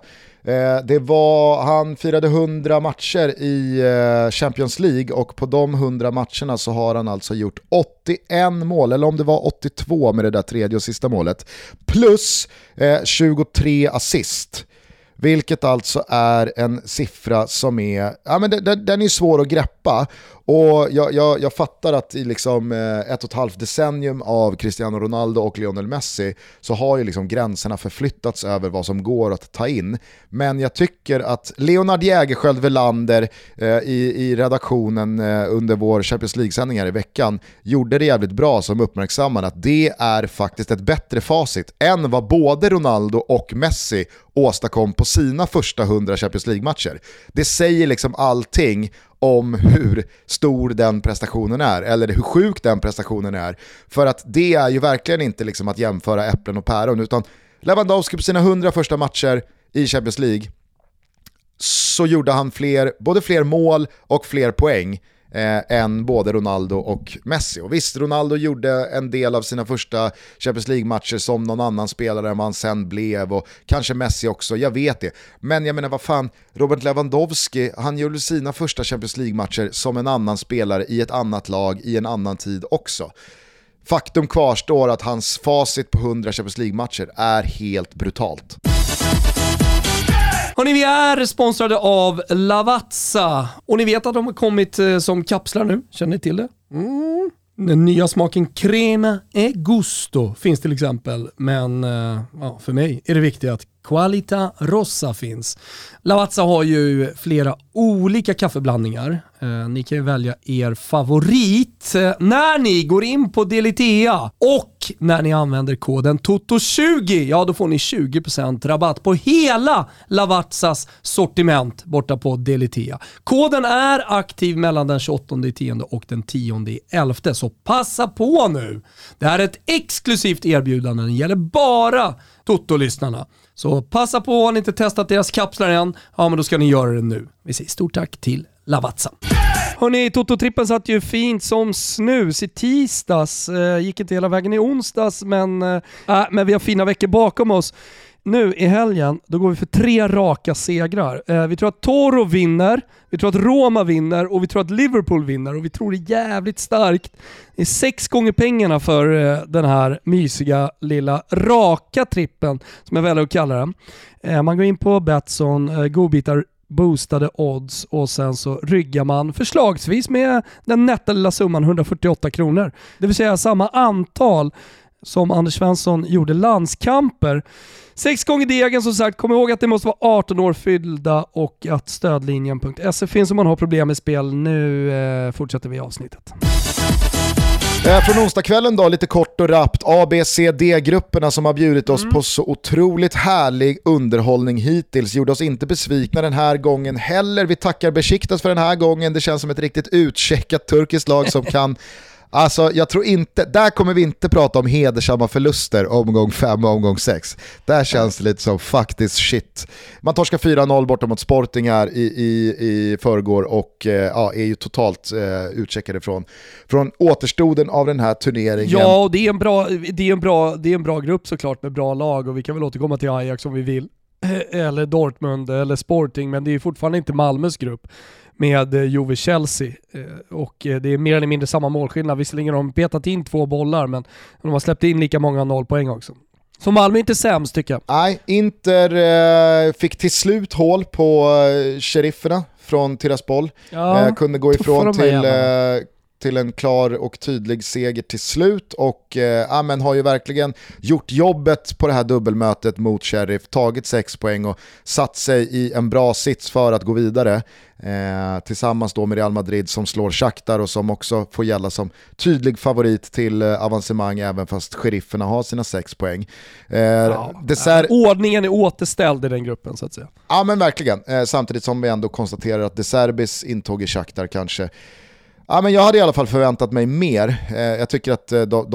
Han firade 100 matcher i Champions League och på de 100 matcherna så har han alltså gjort 81 mål, eller om det var 82 med det där tredje och sista målet, plus 23 assist. Vilket alltså är en siffra som är, den är svår att greppa. Och jag fattar att i liksom 1,5 decennium av Cristiano Ronaldo och Lionel Messi så har ju liksom gränserna förflyttats över vad som går att ta in. Men jag tycker att Leonard Jägerskiöld Welander i redaktionen under vår Champions League-sändningar i veckan gjorde det jävligt bra som uppmärksammade att det är faktiskt ett bättre facit än vad både Ronaldo och Messi åstadkom på sina första 100 Champions League-matcher. Det säger liksom allting om hur stor den prestationen är, eller hur sjuk den prestationen är. För att det är ju verkligen inte liksom att jämföra äpplen och päron, utan Lewandowski på sina 100 första matcher i Champions League så gjorde han både fler mål och fler poäng än både Ronaldo och Messi. Och visst, Ronaldo gjorde en del av sina första Champions League-matcher som någon annan spelare än man sen blev, och kanske Messi också, jag vet det. Men jag menar, vad fan, Robert Lewandowski, han gjorde sina första Champions League-matcher som en annan spelare i ett annat lag i en annan tid också. Faktum kvarstår att hans facit på 100 Champions League-matcher är helt brutalt. Hörrni, vi är sponsrade av Lavazza och ni vet att de har kommit som kapslar nu, känner ni till det? Den nya smaken crema e gusto finns till exempel, men för mig är det viktigt att Qualita Rossa finns. Lavazza har ju flera olika kaffeblandningar. Ni kan ju välja er favorit när ni går in på Delitea, och när ni använder koden TOTO20, ja då får ni 20% rabatt på hela Lavazzas sortiment borta på Delitea. Koden är aktiv mellan den 28/10 och den 10/11, så passa på nu. Det här är ett exklusivt erbjudande, det gäller bara Toto-lyssnarna. Så passa på, har ni inte testat deras kapslar än, ja men då ska ni göra det nu. Vi säger stort tack till Lavazza. Hörrni, Toto-trippen satt ju fint som snus i tisdags. Gick inte hela vägen i onsdags, men vi har fina veckor bakom oss. Nu i helgen, då går vi för 3 raka segrar. Vi tror att Toro vinner, vi tror att Roma vinner och vi tror att Liverpool vinner, och vi tror det jävligt starkt. Det är 6 gånger pengarna för den här mysiga lilla raka trippen som jag väljer att kalla den. Man går in på Betsson, godbitar boostade odds, och sen så ryggar man förslagsvis med den nätta lilla summan 148 kronor. Det vill säga samma antal som Anders Svensson gjorde landskamper. 6 gånger degen, som sagt. Kom ihåg att det måste vara 18 år fyllda och att stödlinjen.se finns om man har problem med spel. Nu fortsätter vi avsnittet. Från onsdagskvällen då, lite kort och rappt, A, B, C, D-grupperna som har bjudit oss på så otroligt härlig underhållning hittills. Gjorde oss inte besvikna den här gången heller. Vi tackar Besiktas för den här gången. Det känns som ett riktigt utcheckat turkiskt lag som kan... Alltså jag tror inte, där kommer vi inte prata om hedersamma förluster omgång 5 och omgång 6. Där känns det lite som faktiskt shit. Man torskar 4-0 borta mot Sporting här i förrgår och är ju totalt utcheckade från återstoden av den här turneringen. Ja, och det är en bra grupp såklart med bra lag, och vi kan väl återkomma till Ajax om vi vill. Eller Dortmund eller Sporting, men det är fortfarande inte Malmös grupp med Juve Chelsea, och det är mer eller mindre samma målskillnad. Visserligen har de petat in 2 bollar, men de har släppt in lika många 0 poäng också. Så Malmö är inte sämst tycker jag. Nej, Inter fick till slut hål på sherifferna från Tiraspol. Ja, kunde gå ifrån till en klar och tydlig seger till slut, och men har ju verkligen gjort jobbet på det här dubbelmötet mot Sheriff, tagit 6 poäng och satt sig i en bra sits för att gå vidare, tillsammans då med Real Madrid som slår Shakhtar och som också får gälla som tydlig favorit till avancemang även fast sherifferna har sina 6 poäng. Ordningen är återställd i den gruppen så att säga. Ja men verkligen, samtidigt som vi ändå konstaterar att De Serbis intåg i Shakhtar kanske. Ja, men jag hade i alla fall förväntat mig mer. Jag tycker att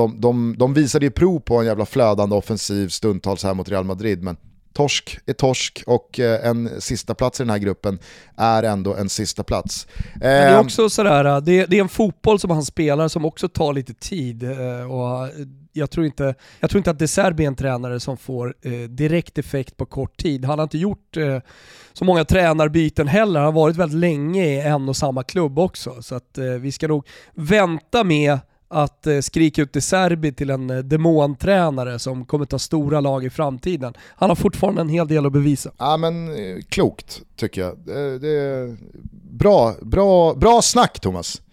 de visade ju prov på en jävla flödande offensiv stundtals här mot Real Madrid, men torsk är torsk, och en sista plats i den här gruppen är ändå en sista plats. Men det är också sådär, det är en fotboll som han spelar som också tar lite tid, och jag tror inte att De Serbi är en tränare som får direkt effekt på kort tid. Han har inte gjort så många tränarbyten heller. Han har varit väldigt länge i en och samma klubb också. Så att vi ska nog vänta med att skrika ut De Serbi till en demontränare som kommer ta stora lag i framtiden. Han har fortfarande en hel del att bevisa. Ja men klokt tycker jag. Det är bra snack, Thomas.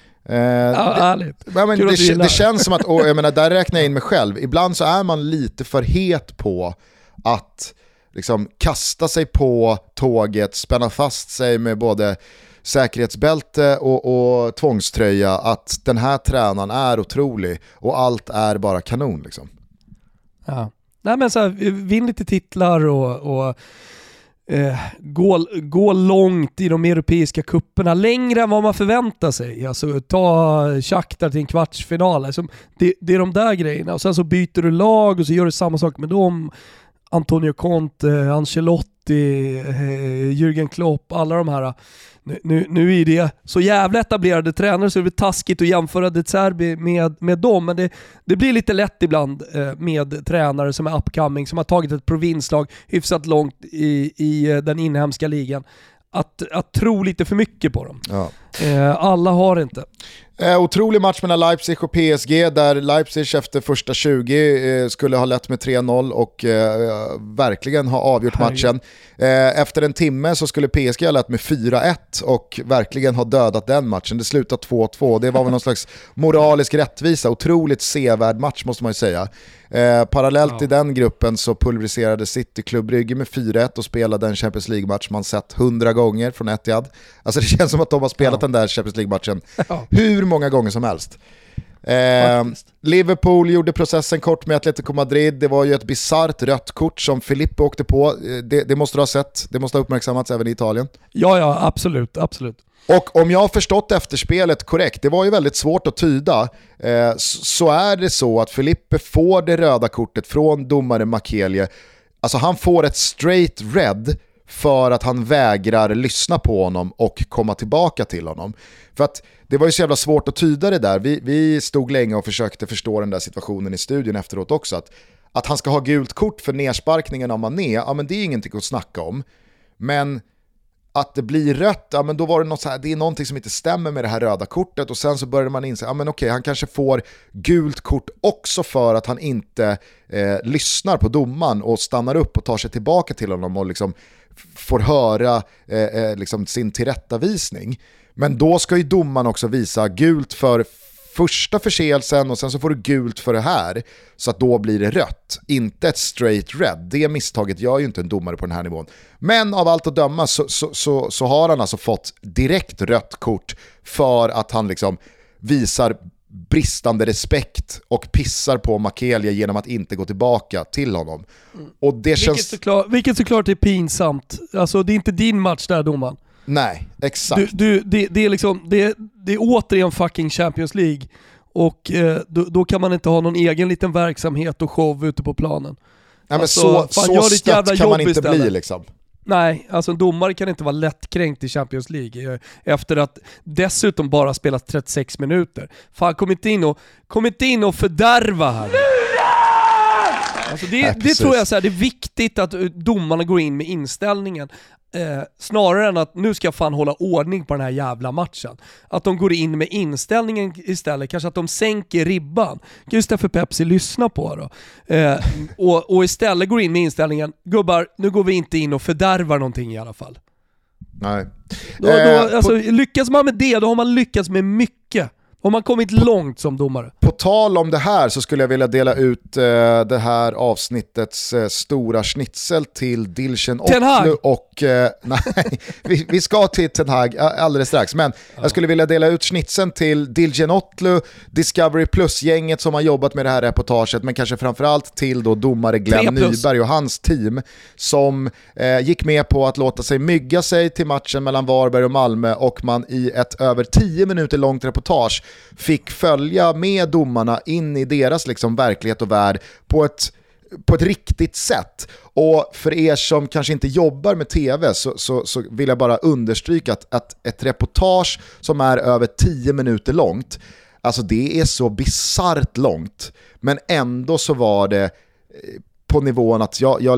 Det känns som att, och jag menar, där räknar jag in mig själv. Ibland så är man lite för het på att liksom kasta sig på tåget, spänna fast sig med både säkerhetsbälte och tvångströja, att den här tränaren är otrolig och allt är bara kanon liksom. Ja. Nej men så här, vinn lite titlar och gå långt i de europeiska kupperna, längre än vad man förväntar sig. Alltså ta Shakhtar till en kvartsfinal. Alltså, det är de där grejerna. Och sen så byter du lag och så gör du samma sak med dem. Antonio Conte, Ancelotti, Jürgen Klopp, alla de här. Nu är det så jävla etablerade tränare så det är taskigt att jämföra De Serbi med dem, men det blir lite lätt ibland med tränare som är upcoming, som har tagit ett provinslag hyfsat långt i den inhemska ligan, att tro lite för mycket på dem. Ja. Alla har inte. Otrolig match mellan Leipzig och PSG, där Leipzig efter första 20 skulle ha lett med 3-0 och verkligen ha avgjort matchen. Efter en timme så skulle PSG ha lett med 4-1 och verkligen ha dödat den matchen. Det slutade 2-2. Det var väl någon slags moralisk rättvisa. Otroligt sevärd match måste man ju säga. Parallellt i den gruppen så pulveriserade City Club Brygge med 4-1 och spelade en Champions League-match man sett 100 gånger från Etihad. Alltså det känns som att de har spelat den där Champions League-matchen hur många gånger som helst. Liverpool gjorde processen kort med Atletico Madrid. Det var ju ett bizarrt rött kort som Filippo åkte på. Det måste du ha sett. Det måste ha uppmärksammats även i Italien. Ja, absolut. Och om jag har förstått efterspelet korrekt, det var ju väldigt svårt att tyda, så är det så att Filippe får det röda kortet från domare Makelje. Alltså han får ett straight red för att han vägrar lyssna på honom och komma tillbaka till honom. För att det var ju så jävla svårt att tyda det där. Vi stod länge och försökte förstå den där situationen i studion efteråt också. Att han ska ha gult kort för nersparkningen av Mané, ja men det är ingenting att snacka om. Men att det blir rött, ja men då var det något så här, det är någonting som inte stämmer med det här röda kortet, och sen så började man inse, ja men okej, han kanske får gult kort också för att han inte lyssnar på domaren och stannar upp och tar sig tillbaka till honom och liksom får höra liksom sin tillrättavisning. Men då ska ju domaren också visa gult för första förseelsen och sen så får du gult för det här, så att då blir det rött, inte ett straight red. Det misstaget gör ju inte en domare på den här nivån. Men av allt att döma så har han alltså fått direkt rött kort för att han liksom visar bristande respekt och pissar på Makelele genom att inte gå tillbaka till honom. Och det känns... Vilket såklart är pinsamt. Alltså det är inte din match där, domaren. Nej, exakt. Det är liksom, det är återigen fucking Champions League. Och då kan man inte ha någon egen liten verksamhet och show ute på planen. Ja, men alltså, så stött kan man inte bli liksom. Nej, alltså en domare kan inte vara lättkränkt i Champions League efter att dessutom bara spelat 36 minuter. Fan, kom inte in och fördärva här. Alltså det tror jag så här, det är viktigt att domarna går in med inställningen. Snarare än att nu ska jag fan hålla ordning på den här jävla matchen. Att de går in med inställningen istället. Kanske att de sänker ribban. Just därför Pepsi lyssna på då. Och istället går in med inställningen, gubbar, nu går vi inte in och fördärvar någonting i alla fall. Nej. Lyckas man med det, då har man lyckats med mycket. Har man kommit långt som domare. På tal om det här så skulle jag vilja dela ut det här avsnittets stora schnitzel till Dilchen Otlu och... nej, vi ska till Ten Hag alldeles strax. Men jag skulle vilja dela ut schnitzeln till Dilchen Otlu, Discovery Plus-gänget som har jobbat med det här reportaget, men kanske framförallt till då domare Glenn Nyberg och hans team som gick med på att låta sig mygga sig till matchen mellan Varberg och Malmö, och man i ett över 10 minuter långt reportage fick följa med domarna in i deras liksom verklighet och värld på ett riktigt sätt. Och för er som kanske inte jobbar med tv så vill jag bara understryka att ett reportage som är över 10 minuter långt, alltså det är så bizarrt långt, men ändå så var det på nivån att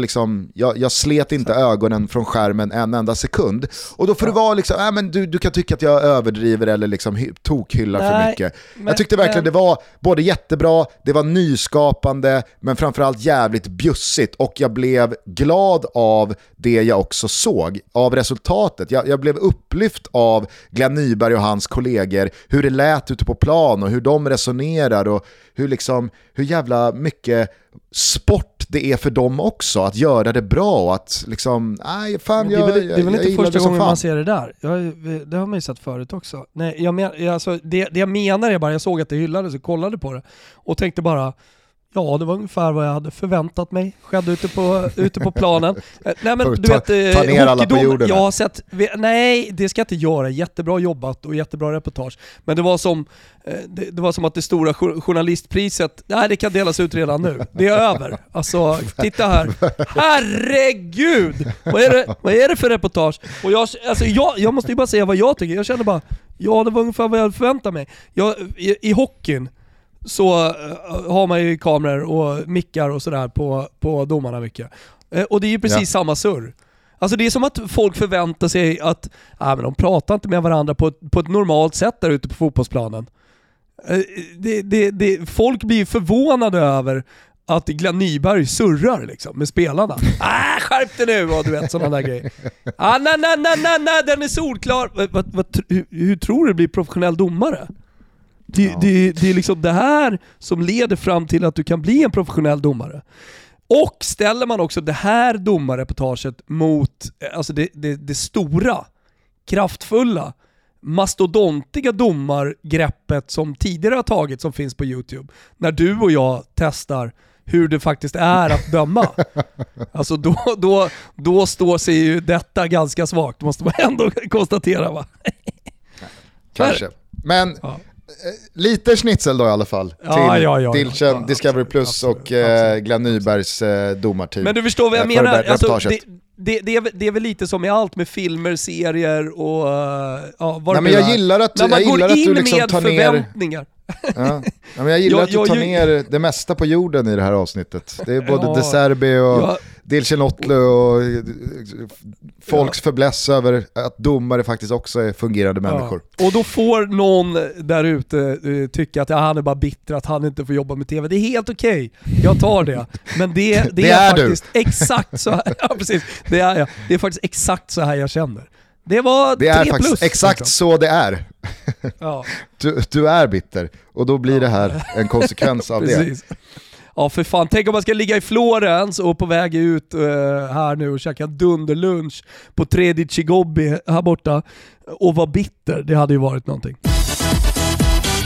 jag slet inte ögonen från skärmen en enda sekund. Och då får det vara liksom, men du kan tycka att jag överdriver eller liksom tokhyllar för mycket. Jag tyckte verkligen det var både jättebra, det var nyskapande, men framförallt jävligt bjussigt, och jag blev glad av det jag också såg, av resultatet. Jag blev upplyft av Glenn Nyberg och hans kollegor, hur det lät ute på plan och hur de resonerar och hur jävla mycket sport det är för dem också att göra det bra och att liksom, det är väl inte första gången man ser det där. Det har man ju sett förut också. Nej, det jag menar är bara, jag såg att det hyllades och kollade på det och tänkte bara, ja, det var ungefär vad jag hade förväntat mig skedde ute på planen. Nej, men du vet, ta ner alla på jorden. Jag har sett, nej, det ska jag inte göra. Jättebra jobbat och jättebra reportage. Men det var som att det stora journalistpriset, nej, det kan delas ut redan nu. Det är över. Alltså, titta här. Herregud! Vad är det för reportage? Och jag måste ju bara säga vad jag tycker. Jag kände bara, ja, det var ungefär vad jag hade förväntat mig. I hockeyn så har man ju kameror och mickar och sådär på domarna mycket. Och det är ju precis samma surr. Alltså det är som att folk förväntar sig att men de pratar inte med varandra på ett normalt sätt där ute på fotbollsplanen. Folk blir förvånade över att Glenn Nyberg surrar liksom med spelarna. Skärp dig nu, du vet, sådana där grejer. Nej, den är solklar. Hur tror du blir professionell domare? Det är liksom det här som leder fram till att du kan bli en professionell domare. Och ställer man också det här domarreportaget mot alltså det stora, kraftfulla, mastodontiga domargreppet som tidigare har tagit, som finns på YouTube, när du och jag testar hur det faktiskt är att döma. Alltså då står sig ju detta ganska svagt, måste man ändå konstatera, va? Kanske. Men lite schnitzel då i alla fall till Dilchen, Discovery Plus absolut, och Glenn Nybergs domarteam. Men du förstår vad jag menar. Alltså, det är väl lite som i allt med filmer, serier och vad. Nej, men jag gillar att du liksom tar ner. Men jag gillar att du tar ner det mesta på jorden i det här avsnittet. Det är både De Serbi och Dilchen Otlu och folks förbläss över att domare faktiskt också är fungerande människor. Och då får någon där ute tycka att han är bara bitter att han inte får jobba med tv. Det är helt okej. Jag tar det. Men det är faktiskt exakt så här. Ja, precis. Det är jag. Det är faktiskt exakt så här jag känner. Det är faktiskt exakt liksom. Så det är. Ja. Du är bitter och då blir det här en konsekvens av det. Ja, för fan, tänk om man ska ligga i Florens och på väg ut här nu och käka en dunderlunch på Tredi Cigobbi här borta och vara bitter. Det hade ju varit någonting.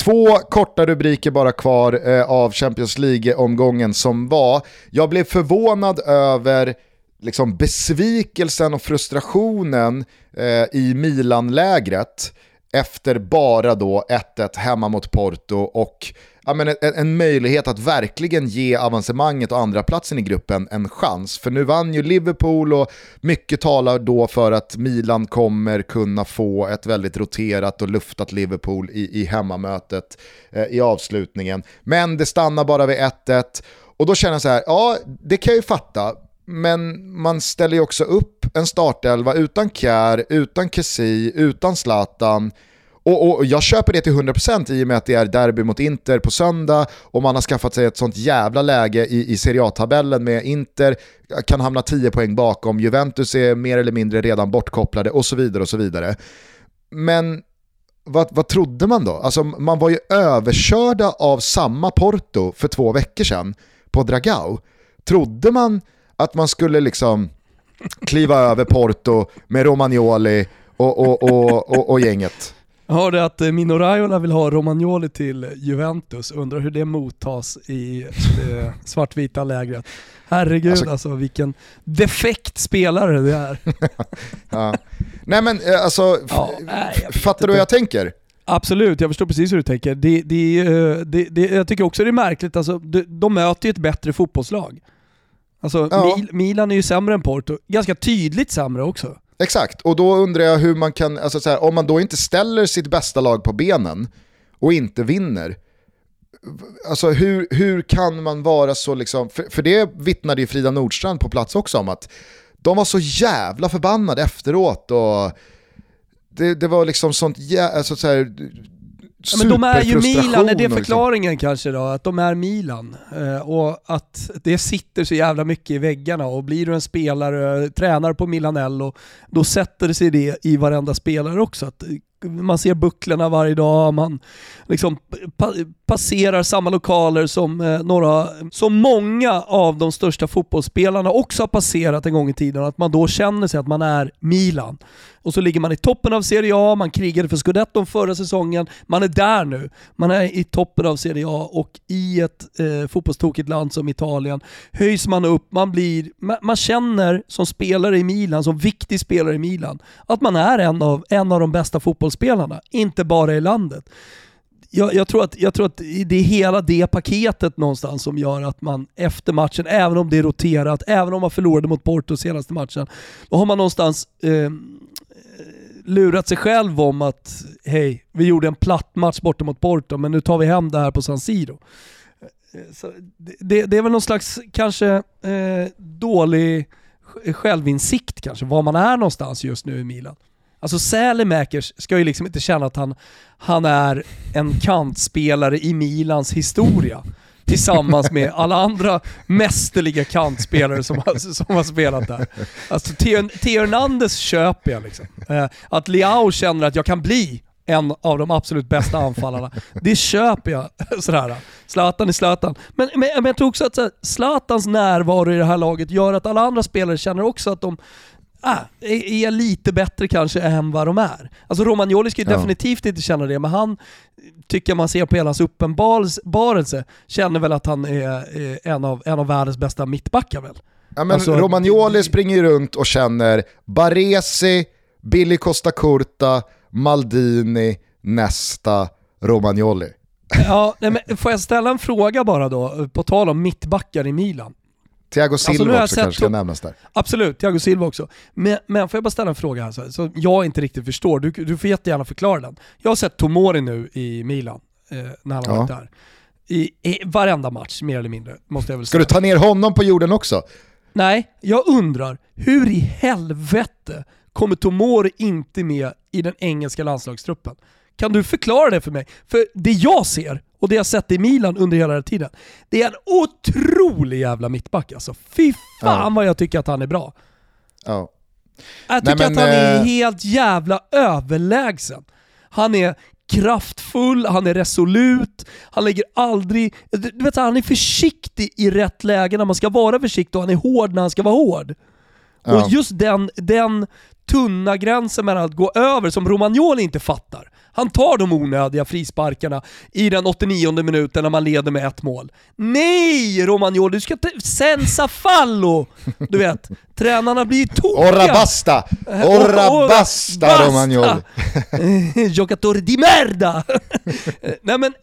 2 korta rubriker bara kvar av Champions League-omgången som var. Jag blev förvånad över liksom besvikelsen och frustrationen i Milan-lägret efter bara då 1-1 hemma mot Porto och en möjlighet att verkligen ge avancemanget och andra platsen i gruppen en chans. För nu vann ju Liverpool och mycket talar då för att Milan kommer kunna få ett väldigt roterat och luftat Liverpool i hemmamötet i avslutningen. Men det stannar bara vid 1-1 och då känner jag så här, ja det kan jag ju fatta. Men man ställer ju också upp en startelva utan Kjær, utan Kessie, utan Zlatan. Och jag köper det till 100% i och med att det är derby mot Inter på söndag och man har skaffat sig ett sånt jävla läge i Serie A-tabellen med Inter kan hamna 10 poäng bakom, Juventus är mer eller mindre redan bortkopplade och så vidare och så vidare. Men vad trodde man då? Alltså man var ju överkörda av samma Porto för 2 veckor sedan på Dragao. Trodde man att man skulle liksom kliva över Porto med Romagnoli och gänget? Jag hörde att Mino Raiola vill ha Romagnoli till Juventus. Undrar hur det mottas i svartvita lägret. Herregud, alltså vilken defekt spelare det är. Ja. Nej men alltså, fattar du vad jag tänker? Absolut, jag förstår precis hur du tänker. Jag tycker också det är märkligt. Alltså, de möter ju ett bättre fotbollslag. Alltså, Milan är ju sämre än Porto. Ganska tydligt sämre också. Exakt, och då undrar jag hur man kan, alltså så här, om man då inte ställer sitt bästa lag på benen och inte vinner, alltså hur kan man vara så liksom, för det vittnade ju Frida Nordstrand på plats också om att de var så jävla förbannade efteråt och det var liksom sånt alltså så här, men de är ju Milan, är det förklaringen liksom? Kanske då, att de är Milan och att det sitter så jävla mycket i väggarna och blir du en spelare, tränar på Milanello, då sätter det sig det i varenda spelare också, att man ser bucklarna varje dag, man liksom passerar samma lokaler som många av de största fotbollsspelarna också har passerat en gång i tiden, att man då känner sig att man är Milan. Och så ligger man i toppen av Serie A, man krigade för Scudetton förra säsongen, man är där nu. Man är i toppen av Serie A och i ett fotbollstokigt land som Italien höjs man upp, man känner som spelare i Milan, som viktig spelare i Milan, att man är en av de bästa fotbollsspelarna, inte bara i landet. Jag tror att det är hela det paketet någonstans som gör att man efter matchen, även om det är roterat, även om man förlorade mot Porto senaste matchen, då har man någonstans lurat sig själv om att hej, vi gjorde en platt match borta mot Porto, men nu tar vi hem det här på San Siro. Så det är väl någon slags kanske dålig självinsikt kanske, var man är någonstans just nu i Milan. Alltså Sälemäkers ska ju liksom inte känna att han är en kantspelare i Milans historia tillsammans med alla andra mästerliga kantspelare som har spelat där. Alltså Theo Hernandez köper jag liksom. Att Leao känner att jag kan bli en av de absolut bästa anfallarna, det köper jag. Sådär. Zlatan är Zlatan. Men jag tror också att Zlatans närvaro i det här laget gör att alla andra spelare känner också att de är lite bättre kanske än vad de är. Alltså Romagnoli ska ju definitivt inte känna det, men han tycker man ser på hela hans uppenbarelse känner väl att han är en av världens bästa mittbackar väl. Ja, men alltså, Romagnoli springer runt och känner Baresi, Billy Costa Curta, Maldini, nästa Romagnoli. Ja, men får jag ställa en fråga bara då, på tal om mittbackar i Milan? Thiago Silva också kanske ska nämnas där. Absolut, Thiago Silva också. Men får jag bara ställa en fråga här så jag inte riktigt förstår. Du får jättegärna förklara den. Jag har sett Tomori nu i Milan när han har varit där. I varenda match, mer eller mindre, måste jag väl säga. Ska du ta ner honom på jorden också? Nej, jag undrar, hur i helvete kommer Tomori inte med i den engelska landslagstruppen? Kan du förklara det för mig? För det jag ser och det jag sett i Milan under hela den tiden, det är en otrolig jävla mittback. Alltså, fy fan vad jag tycker att han är bra. Ja. Jag tycker att han är helt jävla överlägsen. Han är kraftfull, han är resolut, han lägger aldrig... Du vet, han är försiktig i rätt läge när man ska vara försiktig och han är hård när han ska vara hård. Och just den tunna gränsen mellan att gå över som Romagnoli inte fattar. Han tar de onödiga frisparkarna i den 89:e minuten när man leder med 1 mål. Nej, Romagnoli, du ska senza fallo. Du vet, tränarna blir tokiga. Ora basta, Romagnoli. Giocatore di merda. Nej men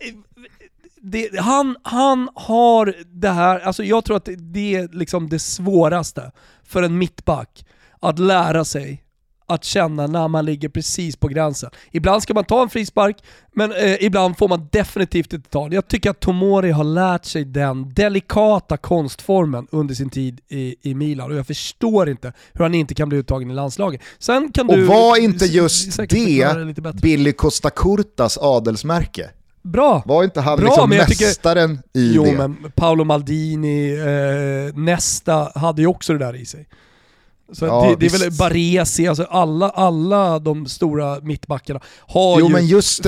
han har det här, alltså jag tror att det är liksom det svåraste för en mittback att lära sig att känna när man ligger precis på gränsen. Ibland ska man ta en frispark, men ibland får man definitivt inte ta den. Jag tycker att Tomori har lärt sig den delikata konstformen under sin tid i Milan, och jag förstår inte hur han inte kan bli uttagen i landslaget. Sen kan du... Och var inte just det Billy Costa Curtas adelsmärke? Bra. Var inte han liksom mästaren i det? Jo, men Paolo Maldini, Nesta hade ju också det där i sig. Så ja, det är väl Baresi, alltså alla de stora mittbackarna har ju... Men just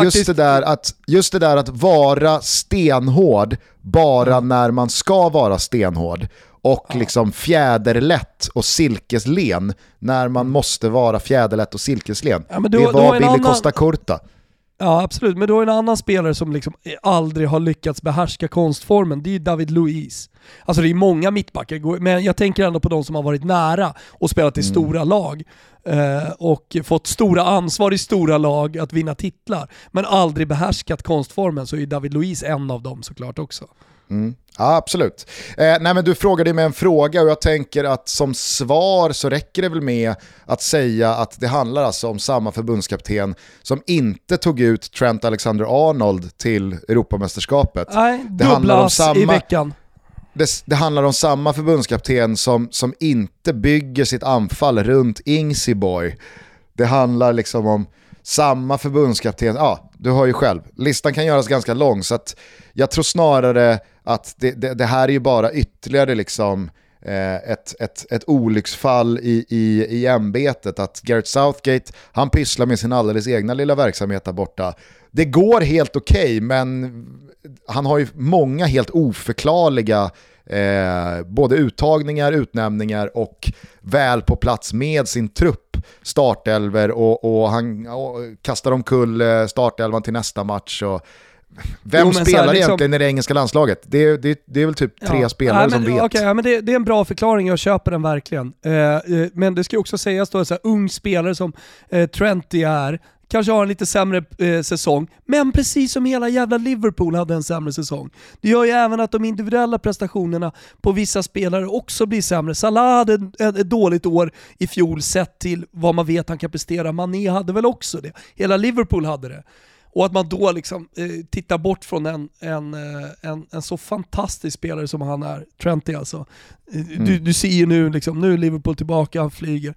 det där att vara stenhård bara när man ska vara stenhård, och liksom fjäderlätt och silkeslen när man måste vara fjäderlätt och silkeslen. Ja, det var Billy Costa Curta. Ja, absolut. Men då är en annan spelare som liksom aldrig har lyckats behärska konstformen. Det är ju David Luiz. Alltså det är många mittbackar, men jag tänker ändå på de som har varit nära och spelat i stora lag och fått stora ansvar i stora lag att vinna titlar, men aldrig behärskat konstformen, så är David Luiz en av dem såklart också. Ja, absolut. Nej, men du frågade mig en fråga, och jag tänker att som svar så räcker det väl med att säga att det handlar alltså om samma förbundskapten som inte tog ut Trent Alexander-Arnold till Europamästerskapet. Nej, dubblas i veckan. Det handlar om samma förbundskapten som inte bygger sitt anfall runt Ingsiborg. Det handlar liksom om samma förbundskapten. Ja, du hör ju själv. Listan kan göras ganska lång, så att jag tror snarare att det här är ju bara ytterligare liksom ett olycksfall i ämbetet, att Gareth Southgate, han pysslar med sin alldeles egna lilla verksamhet där borta. Det går helt okej, men han har ju många helt oförklarliga både uttagningar, utnämningar och väl på plats med sin trupp startelver, och han kastar omkull startelvan till nästa match. Och vem spelar egentligen i det engelska landslaget? Det är väl typ 3 spelare som vet. Okay, men det är en bra förklaring, jag köper den verkligen. Men det ska också sägas då, så här, ung spelare som Trent är, kanske har en lite sämre säsong, men precis som hela jävla Liverpool hade en sämre säsong. Det gör ju även att de individuella prestationerna på vissa spelare också blir sämre. Salah hade ett dåligt år i fjol sett till vad man vet han kan prestera. Mané hade väl också det. Hela Liverpool hade det. Och att man då liksom tittar bort från en så fantastisk spelare som han är, Trent alltså. Du ser ju nu liksom, nu är Liverpool tillbaka, han flyger.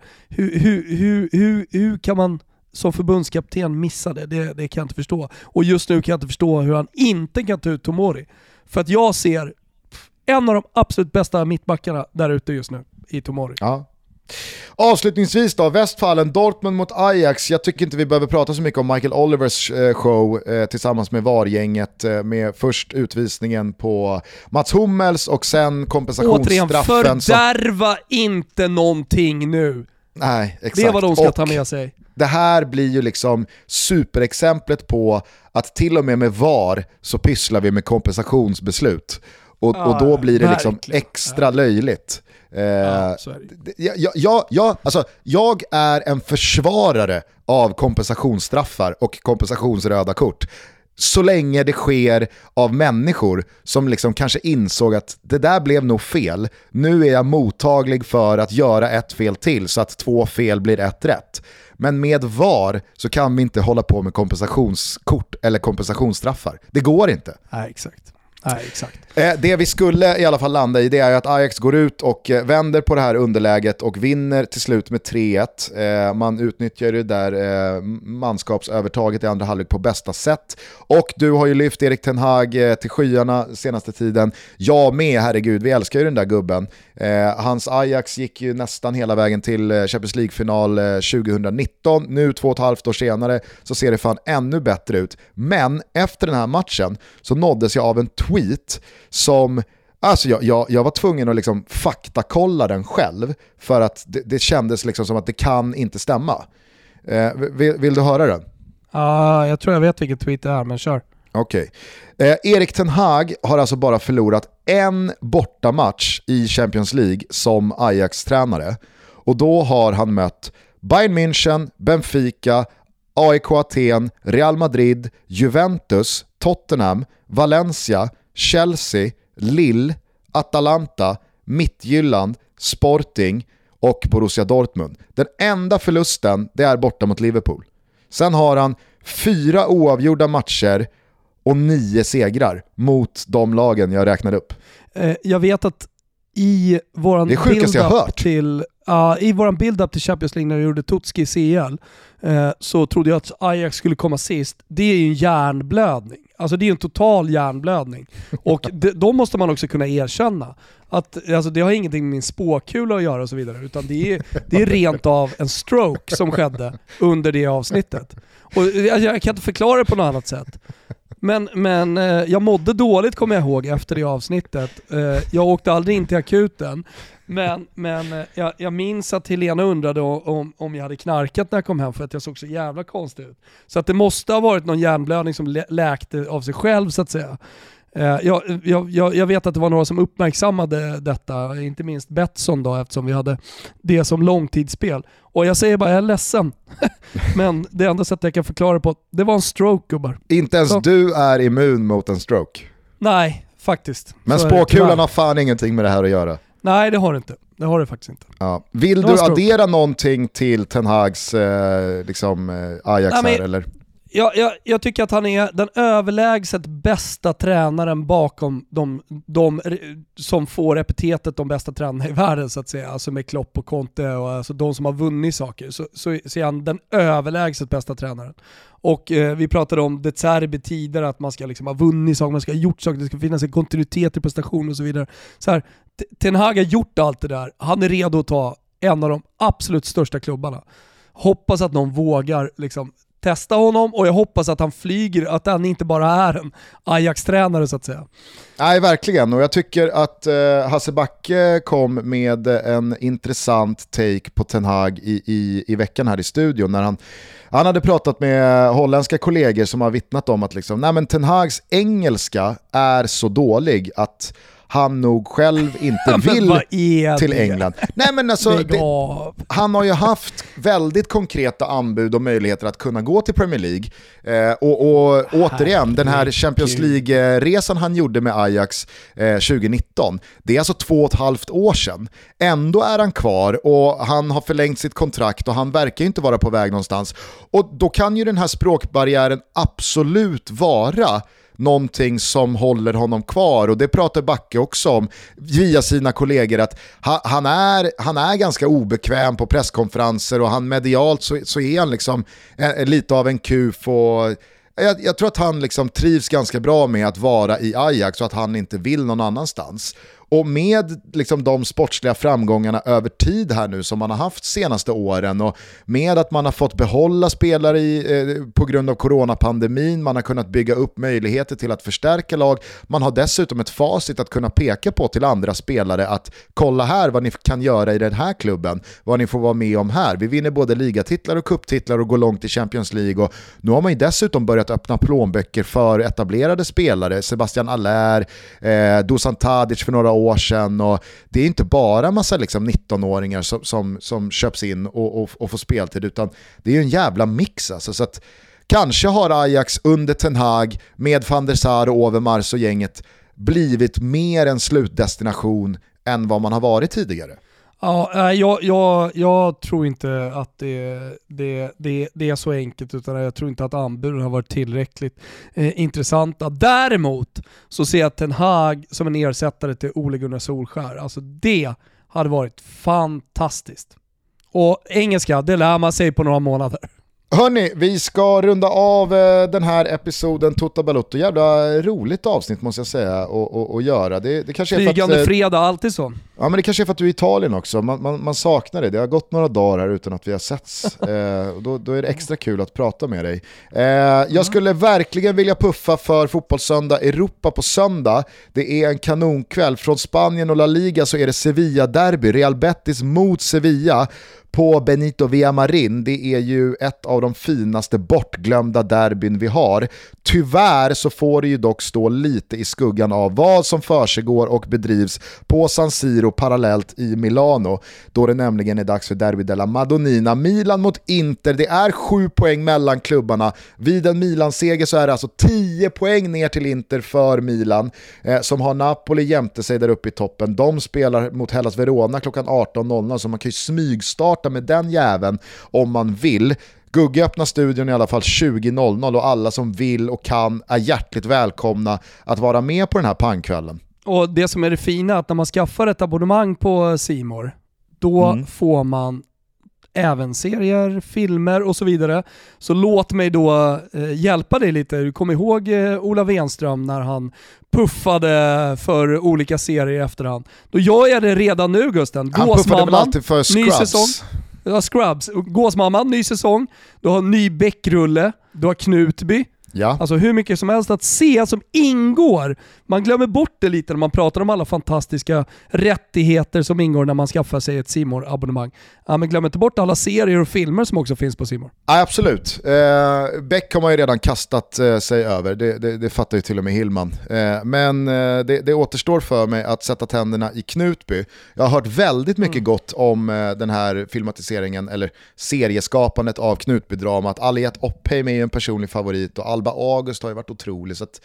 Hur kan man som förbundskapten missa det? Det kan jag inte förstå. Och just nu kan jag inte förstå hur han inte kan ta ut Tomori. För att jag ser en av de absolut bästa mittbackarna där ute just nu i Tomori. Ja. Avslutningsvis då, Westfalen, Dortmund mot Ajax. Jag tycker inte vi behöver prata så mycket om Michael Olivers show tillsammans med VAR-gänget, med först utvisningen på Mats Hummels och sen kompensationsstraffen. Återigen, fördärva inte någonting nu. Nej, exakt. Det är vad de ska ta med sig. Det här blir ju liksom superexemplet på att till och med VAR så pysslar vi med kompensationsbeslut. Och då blir det liksom extra löjligt. Jag är en försvarare av kompensationsstraffar och kompensationsröda kort, så länge det sker av människor som liksom kanske insåg att det där blev nog fel. Nu är jag mottaglig för att göra ett fel till så att 2 fel blir 1 rätt. Men med VAR så kan vi inte hålla på med kompensationskort eller kompensationsstraffar. Det går inte. Nej, exakt. Nej, exakt. Det vi skulle i alla fall landa i, det är att Ajax går ut och vänder på det här underläget och vinner till slut med 3-1. Man utnyttjar det där manskapsövertaget i andra halvlek på bästa sätt. Och du har ju lyft Erik Ten Hag till skyarna senaste tiden. Jag med, herregud, vi älskar ju den där gubben. Hans Ajax gick ju nästan hela vägen till Champions League-final 2019. Nu 2,5 år senare så ser det fan ännu bättre ut. Men efter den här matchen så nåddes jag av en tweet som Alltså jag var tvungen att liksom faktakolla den själv för att det kändes liksom som att det kan inte stämma. Vill du höra den? Ja, jag tror jag vet vilket tweet det är, men kör. Okej. Erik Ten Hag har alltså bara förlorat en bortamatch i Champions League som Ajax-tränare. Och då har han mött Bayern München, Benfica, AEK Aten, Real Madrid, Juventus, Tottenham, Valencia, Chelsea, Lille, Atalanta, Midtjylland, Sporting och Borussia Dortmund. Den enda förlusten, det är borta mot Liverpool. Sen har han 4 oavgjorda matcher och 9 segrar mot de lagen jag räknade upp. Jag vet att i våran build-up till Champions League när vi gjorde Tutski i CL så trodde jag att Ajax skulle komma sist. Det är ju en hjärnblödning. Alltså det är en total hjärnblödning. Och då måste man också kunna erkänna att alltså, det har ingenting med min spåkula att göra och så vidare, utan det är rent av en stroke som skedde under det avsnittet. Och jag kan inte förklara det på något annat sätt. Men jag mådde dåligt, kommer jag ihåg, efter det avsnittet. Jag åkte aldrig in till akuten. Men jag minns att Helena undrade om jag hade knarkat när jag kom hem för att jag såg så jävla konstig ut. Så att det måste ha varit någon hjärnblödning som läkte av sig själv, så att säga. Jag vet att det var några som uppmärksammade detta, inte minst Betsson då, eftersom vi hade det som långtidsspel. Och jag säger bara, jag är ledsen. Men det enda sättet jag kan förklara på, det var en stroke, gubbar. Inte ens du är immun mot en stroke. Nej, faktiskt. Men spåkulan har fan ingenting med det här att göra. Nej, det har det inte. Det har det faktiskt inte. Ja. Vill du addera någonting till Ten Hags Ajax här, eller? Jag tycker att han är den överlägset bästa tränaren bakom de som får epitetet de bästa tränarna i världen, så att säga. Alltså med Klopp och Conte och alltså de som har vunnit saker. Så är han den överlägset bästa tränaren. Och vi pratade om De Zerbi tidigare, att man ska liksom ha vunnit saker, man ska ha gjort saker, det ska finnas en kontinuitet i prestation och så vidare. Så här, Ten Hag har gjort allt det där. Han är redo att ta en av de absolut största klubbarna. Hoppas att någon vågar liksom testa honom, och jag hoppas att han flyger, att han inte bara är en Ajax-tränare, så att säga. Nej, verkligen. Och jag tycker att Hasse Backe kom med en intressant take på Ten Hag i veckan här i studion, när han hade pratat med holländska kollegor som har vittnat om att liksom, nej, men Ten Hags engelska är så dålig att han nog själv inte vill till England. Nej, men alltså, han har ju haft väldigt konkreta anbud och möjligheter att kunna gå till Premier League. Och återigen, den här Champions League-resan han gjorde med Ajax 2019, det är alltså 2,5 år sedan. Ändå är han kvar och han har förlängt sitt kontrakt och han verkar inte vara på väg någonstans. Och då kan ju den här språkbarriären absolut vara någonting som håller honom kvar, och det pratar Backe också om via sina kollegor, att han är ganska obekväm på presskonferenser, och han medialt så är han liksom lite av en kuf, och jag tror att han liksom trivs ganska bra med att vara i Ajax och att han inte vill någon annanstans. Och med liksom de sportsliga framgångarna över tid här nu som man har haft senaste åren, och med att man har fått behålla spelare på grund av coronapandemin, man har kunnat bygga upp möjligheter till att förstärka lag, man har dessutom ett facit att kunna peka på till andra spelare att kolla här vad ni kan göra i den här klubben, vad ni får vara med om här. Vi vinner både ligatitlar och cuptitlar och går långt i Champions League, och nu har man ju dessutom börjat öppna plånböcker för etablerade spelare, Sebastian Aller, Dusan Tadic för några år sedan, och det är inte bara massa liksom 19-åringar som köps in och får speltid, utan det är ju en jävla mix alltså. Så att kanske har Ajax under Ten Hag med Van der Sar och Overmars och gänget blivit mer en slutdestination än vad man har varit tidigare. Ja, jag tror inte att det är så enkelt, utan jag tror inte att anbuden har varit tillräckligt intressanta. Däremot så ser jag Ten Hag som en ersättare till Ole Gunnar Solskjær. Alltså det hade varit fantastiskt. Och engelska, det lär man sig på några månader. Hörni, vi ska runda av den här episoden Toto Balotto. Jävla roligt avsnitt måste jag säga att göra. Det kanske är Flygande fredag, alltid så. Ja, men det kanske är för att du är i Italien också. Man saknar det. Det har gått några dagar här utan att vi har setts. Då är det extra kul att prata med dig. Jag skulle verkligen vilja puffa för Fotbollssöndag Europa på söndag. Det är en kanonkväll. Från Spanien och La Liga så är det Sevilla-derby. Real Betis mot Sevilla på Benito Villamarin. Det är ju ett av de finaste bortglömda derbyn vi har. Tyvärr så får det ju dock stå lite i skuggan av vad som försiggår och bedrivs på San Siro parallellt i Milano, då det nämligen är dags för Derby della Madonnina. Milan mot Inter, det är 7 poäng mellan klubbarna. Vid en Milan-seger så är det alltså 10 poäng ner till Inter för Milan, som har Napoli jämte sig där uppe i toppen. De spelar mot Hellas Verona klockan 18.00, så man kan ju smygstarta med den jäveln om man vill. Gugge öppnar studion i alla fall 20.00 och alla som vill och kan är hjärtligt välkomna att vara med på den här pangkvällen. Och det som är det fina är att när man skaffar ett abonnemang på C More, då får man även serier, filmer och så vidare. Så låt mig då hjälpa dig lite. Du kommer ihåg Ola Wenström när han puffade för olika serier i efterhand. Då gör jag det redan nu, Gusten. Han puffade väl alltid för Scrubs. Ny säsong. Ja, Scrubs. Gåsmamman, ny säsong. Du har ny Bäckrulle. Du har Knutby. Ja. Alltså hur mycket som helst att se som ingår. Man glömmer bort det lite när man pratar om alla fantastiska rättigheter som ingår när man skaffar sig ett C More-abonnemang. Ja, men glöm inte bort alla serier och filmer som också finns på C More. Ja, absolut. Beck har man ju redan kastat sig över. Det fattar ju till och med Hillman. Men det återstår för mig att sätta tänderna i Knutby. Jag har hört väldigt mycket gott om den här filmatiseringen eller serieskapandet av Knutby-dramat. Aliette Oppheim är ju en personlig favorit och Alba August har ju varit otrolig. Så att,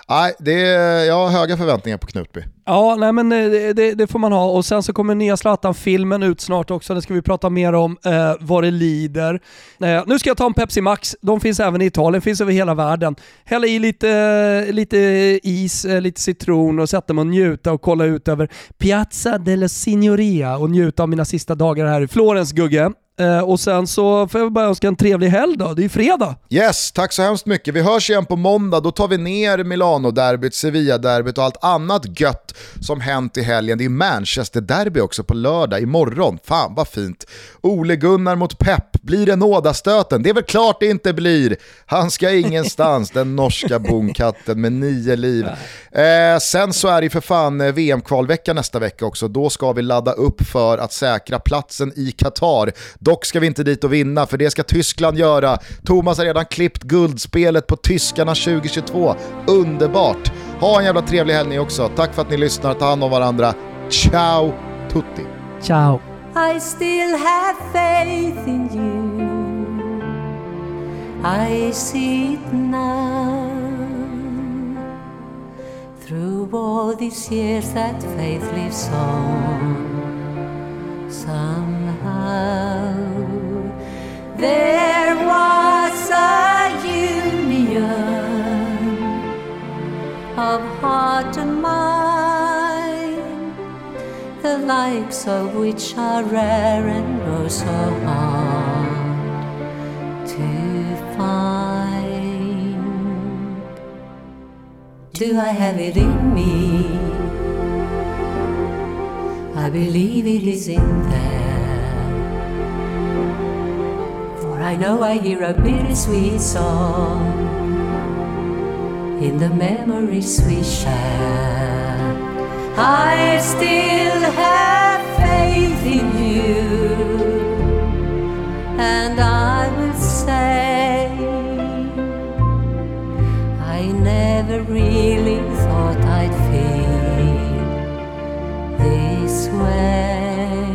jag har höga förväntningar på Knutby. Ja, nej, men det får man ha. Och sen så kommer nya Zlatan-filmen ut snart också. Det ska vi prata mer om vad det lider. Nu ska jag ta en Pepsi Max. De finns även i Italien, finns över hela världen. Hälla i lite is, lite citron och sätta mig och njuta och kolla ut över Piazza della Signoria och njuta av mina sista dagar här i Florens, Gugge. Och sen så får jag bara önska en trevlig helg då. Det är fredag. Yes, tack så hemskt mycket. Vi hörs igen på måndag. Då tar vi ner Milano-derbyt, Sevilla-derbyt och allt annat gött som hänt i helgen. Det är Manchester-derby också på lördag imorgon. Fan vad fint. Ole Gunnar mot Pep. Blir det nådastöten? Det är väl klart det inte blir. Han ska ingenstans, den norska bonkatten med 9 liv. Sen så är det för fan VM-kvalvecka nästa vecka också. Då ska vi ladda upp för att säkra platsen i Qatar. Dock ska vi inte dit och vinna, för det ska Tyskland göra. Thomas har redan klippt guldspelet på tyskarna 2022. Underbart. Ha en jävla trevlig helg också. Tack för att ni lyssnar. Ta hand om varandra. Ciao tutti. Ciao. I still have faith in you. I see it now. Through all these years that faith lives on. Somehow there was a union of heart and mind, the likes of which are rare and oh so hard to find. Do I have it in me? I believe it is in there, for I know I hear a bittersweet song in the memories we share. I still have faith in you, and I will say I never really thought I'd feel this way,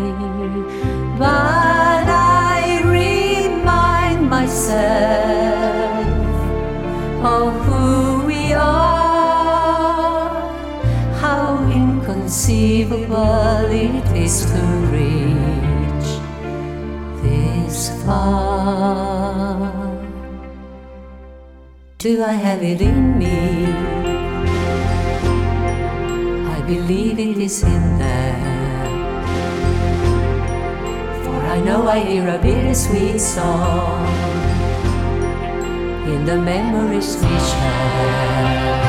but I remind myself of who we are, how inconceivable it is to reach this far. Do I have it in me? I believe it is in there, for I know I hear a bittersweet song in the memories we share.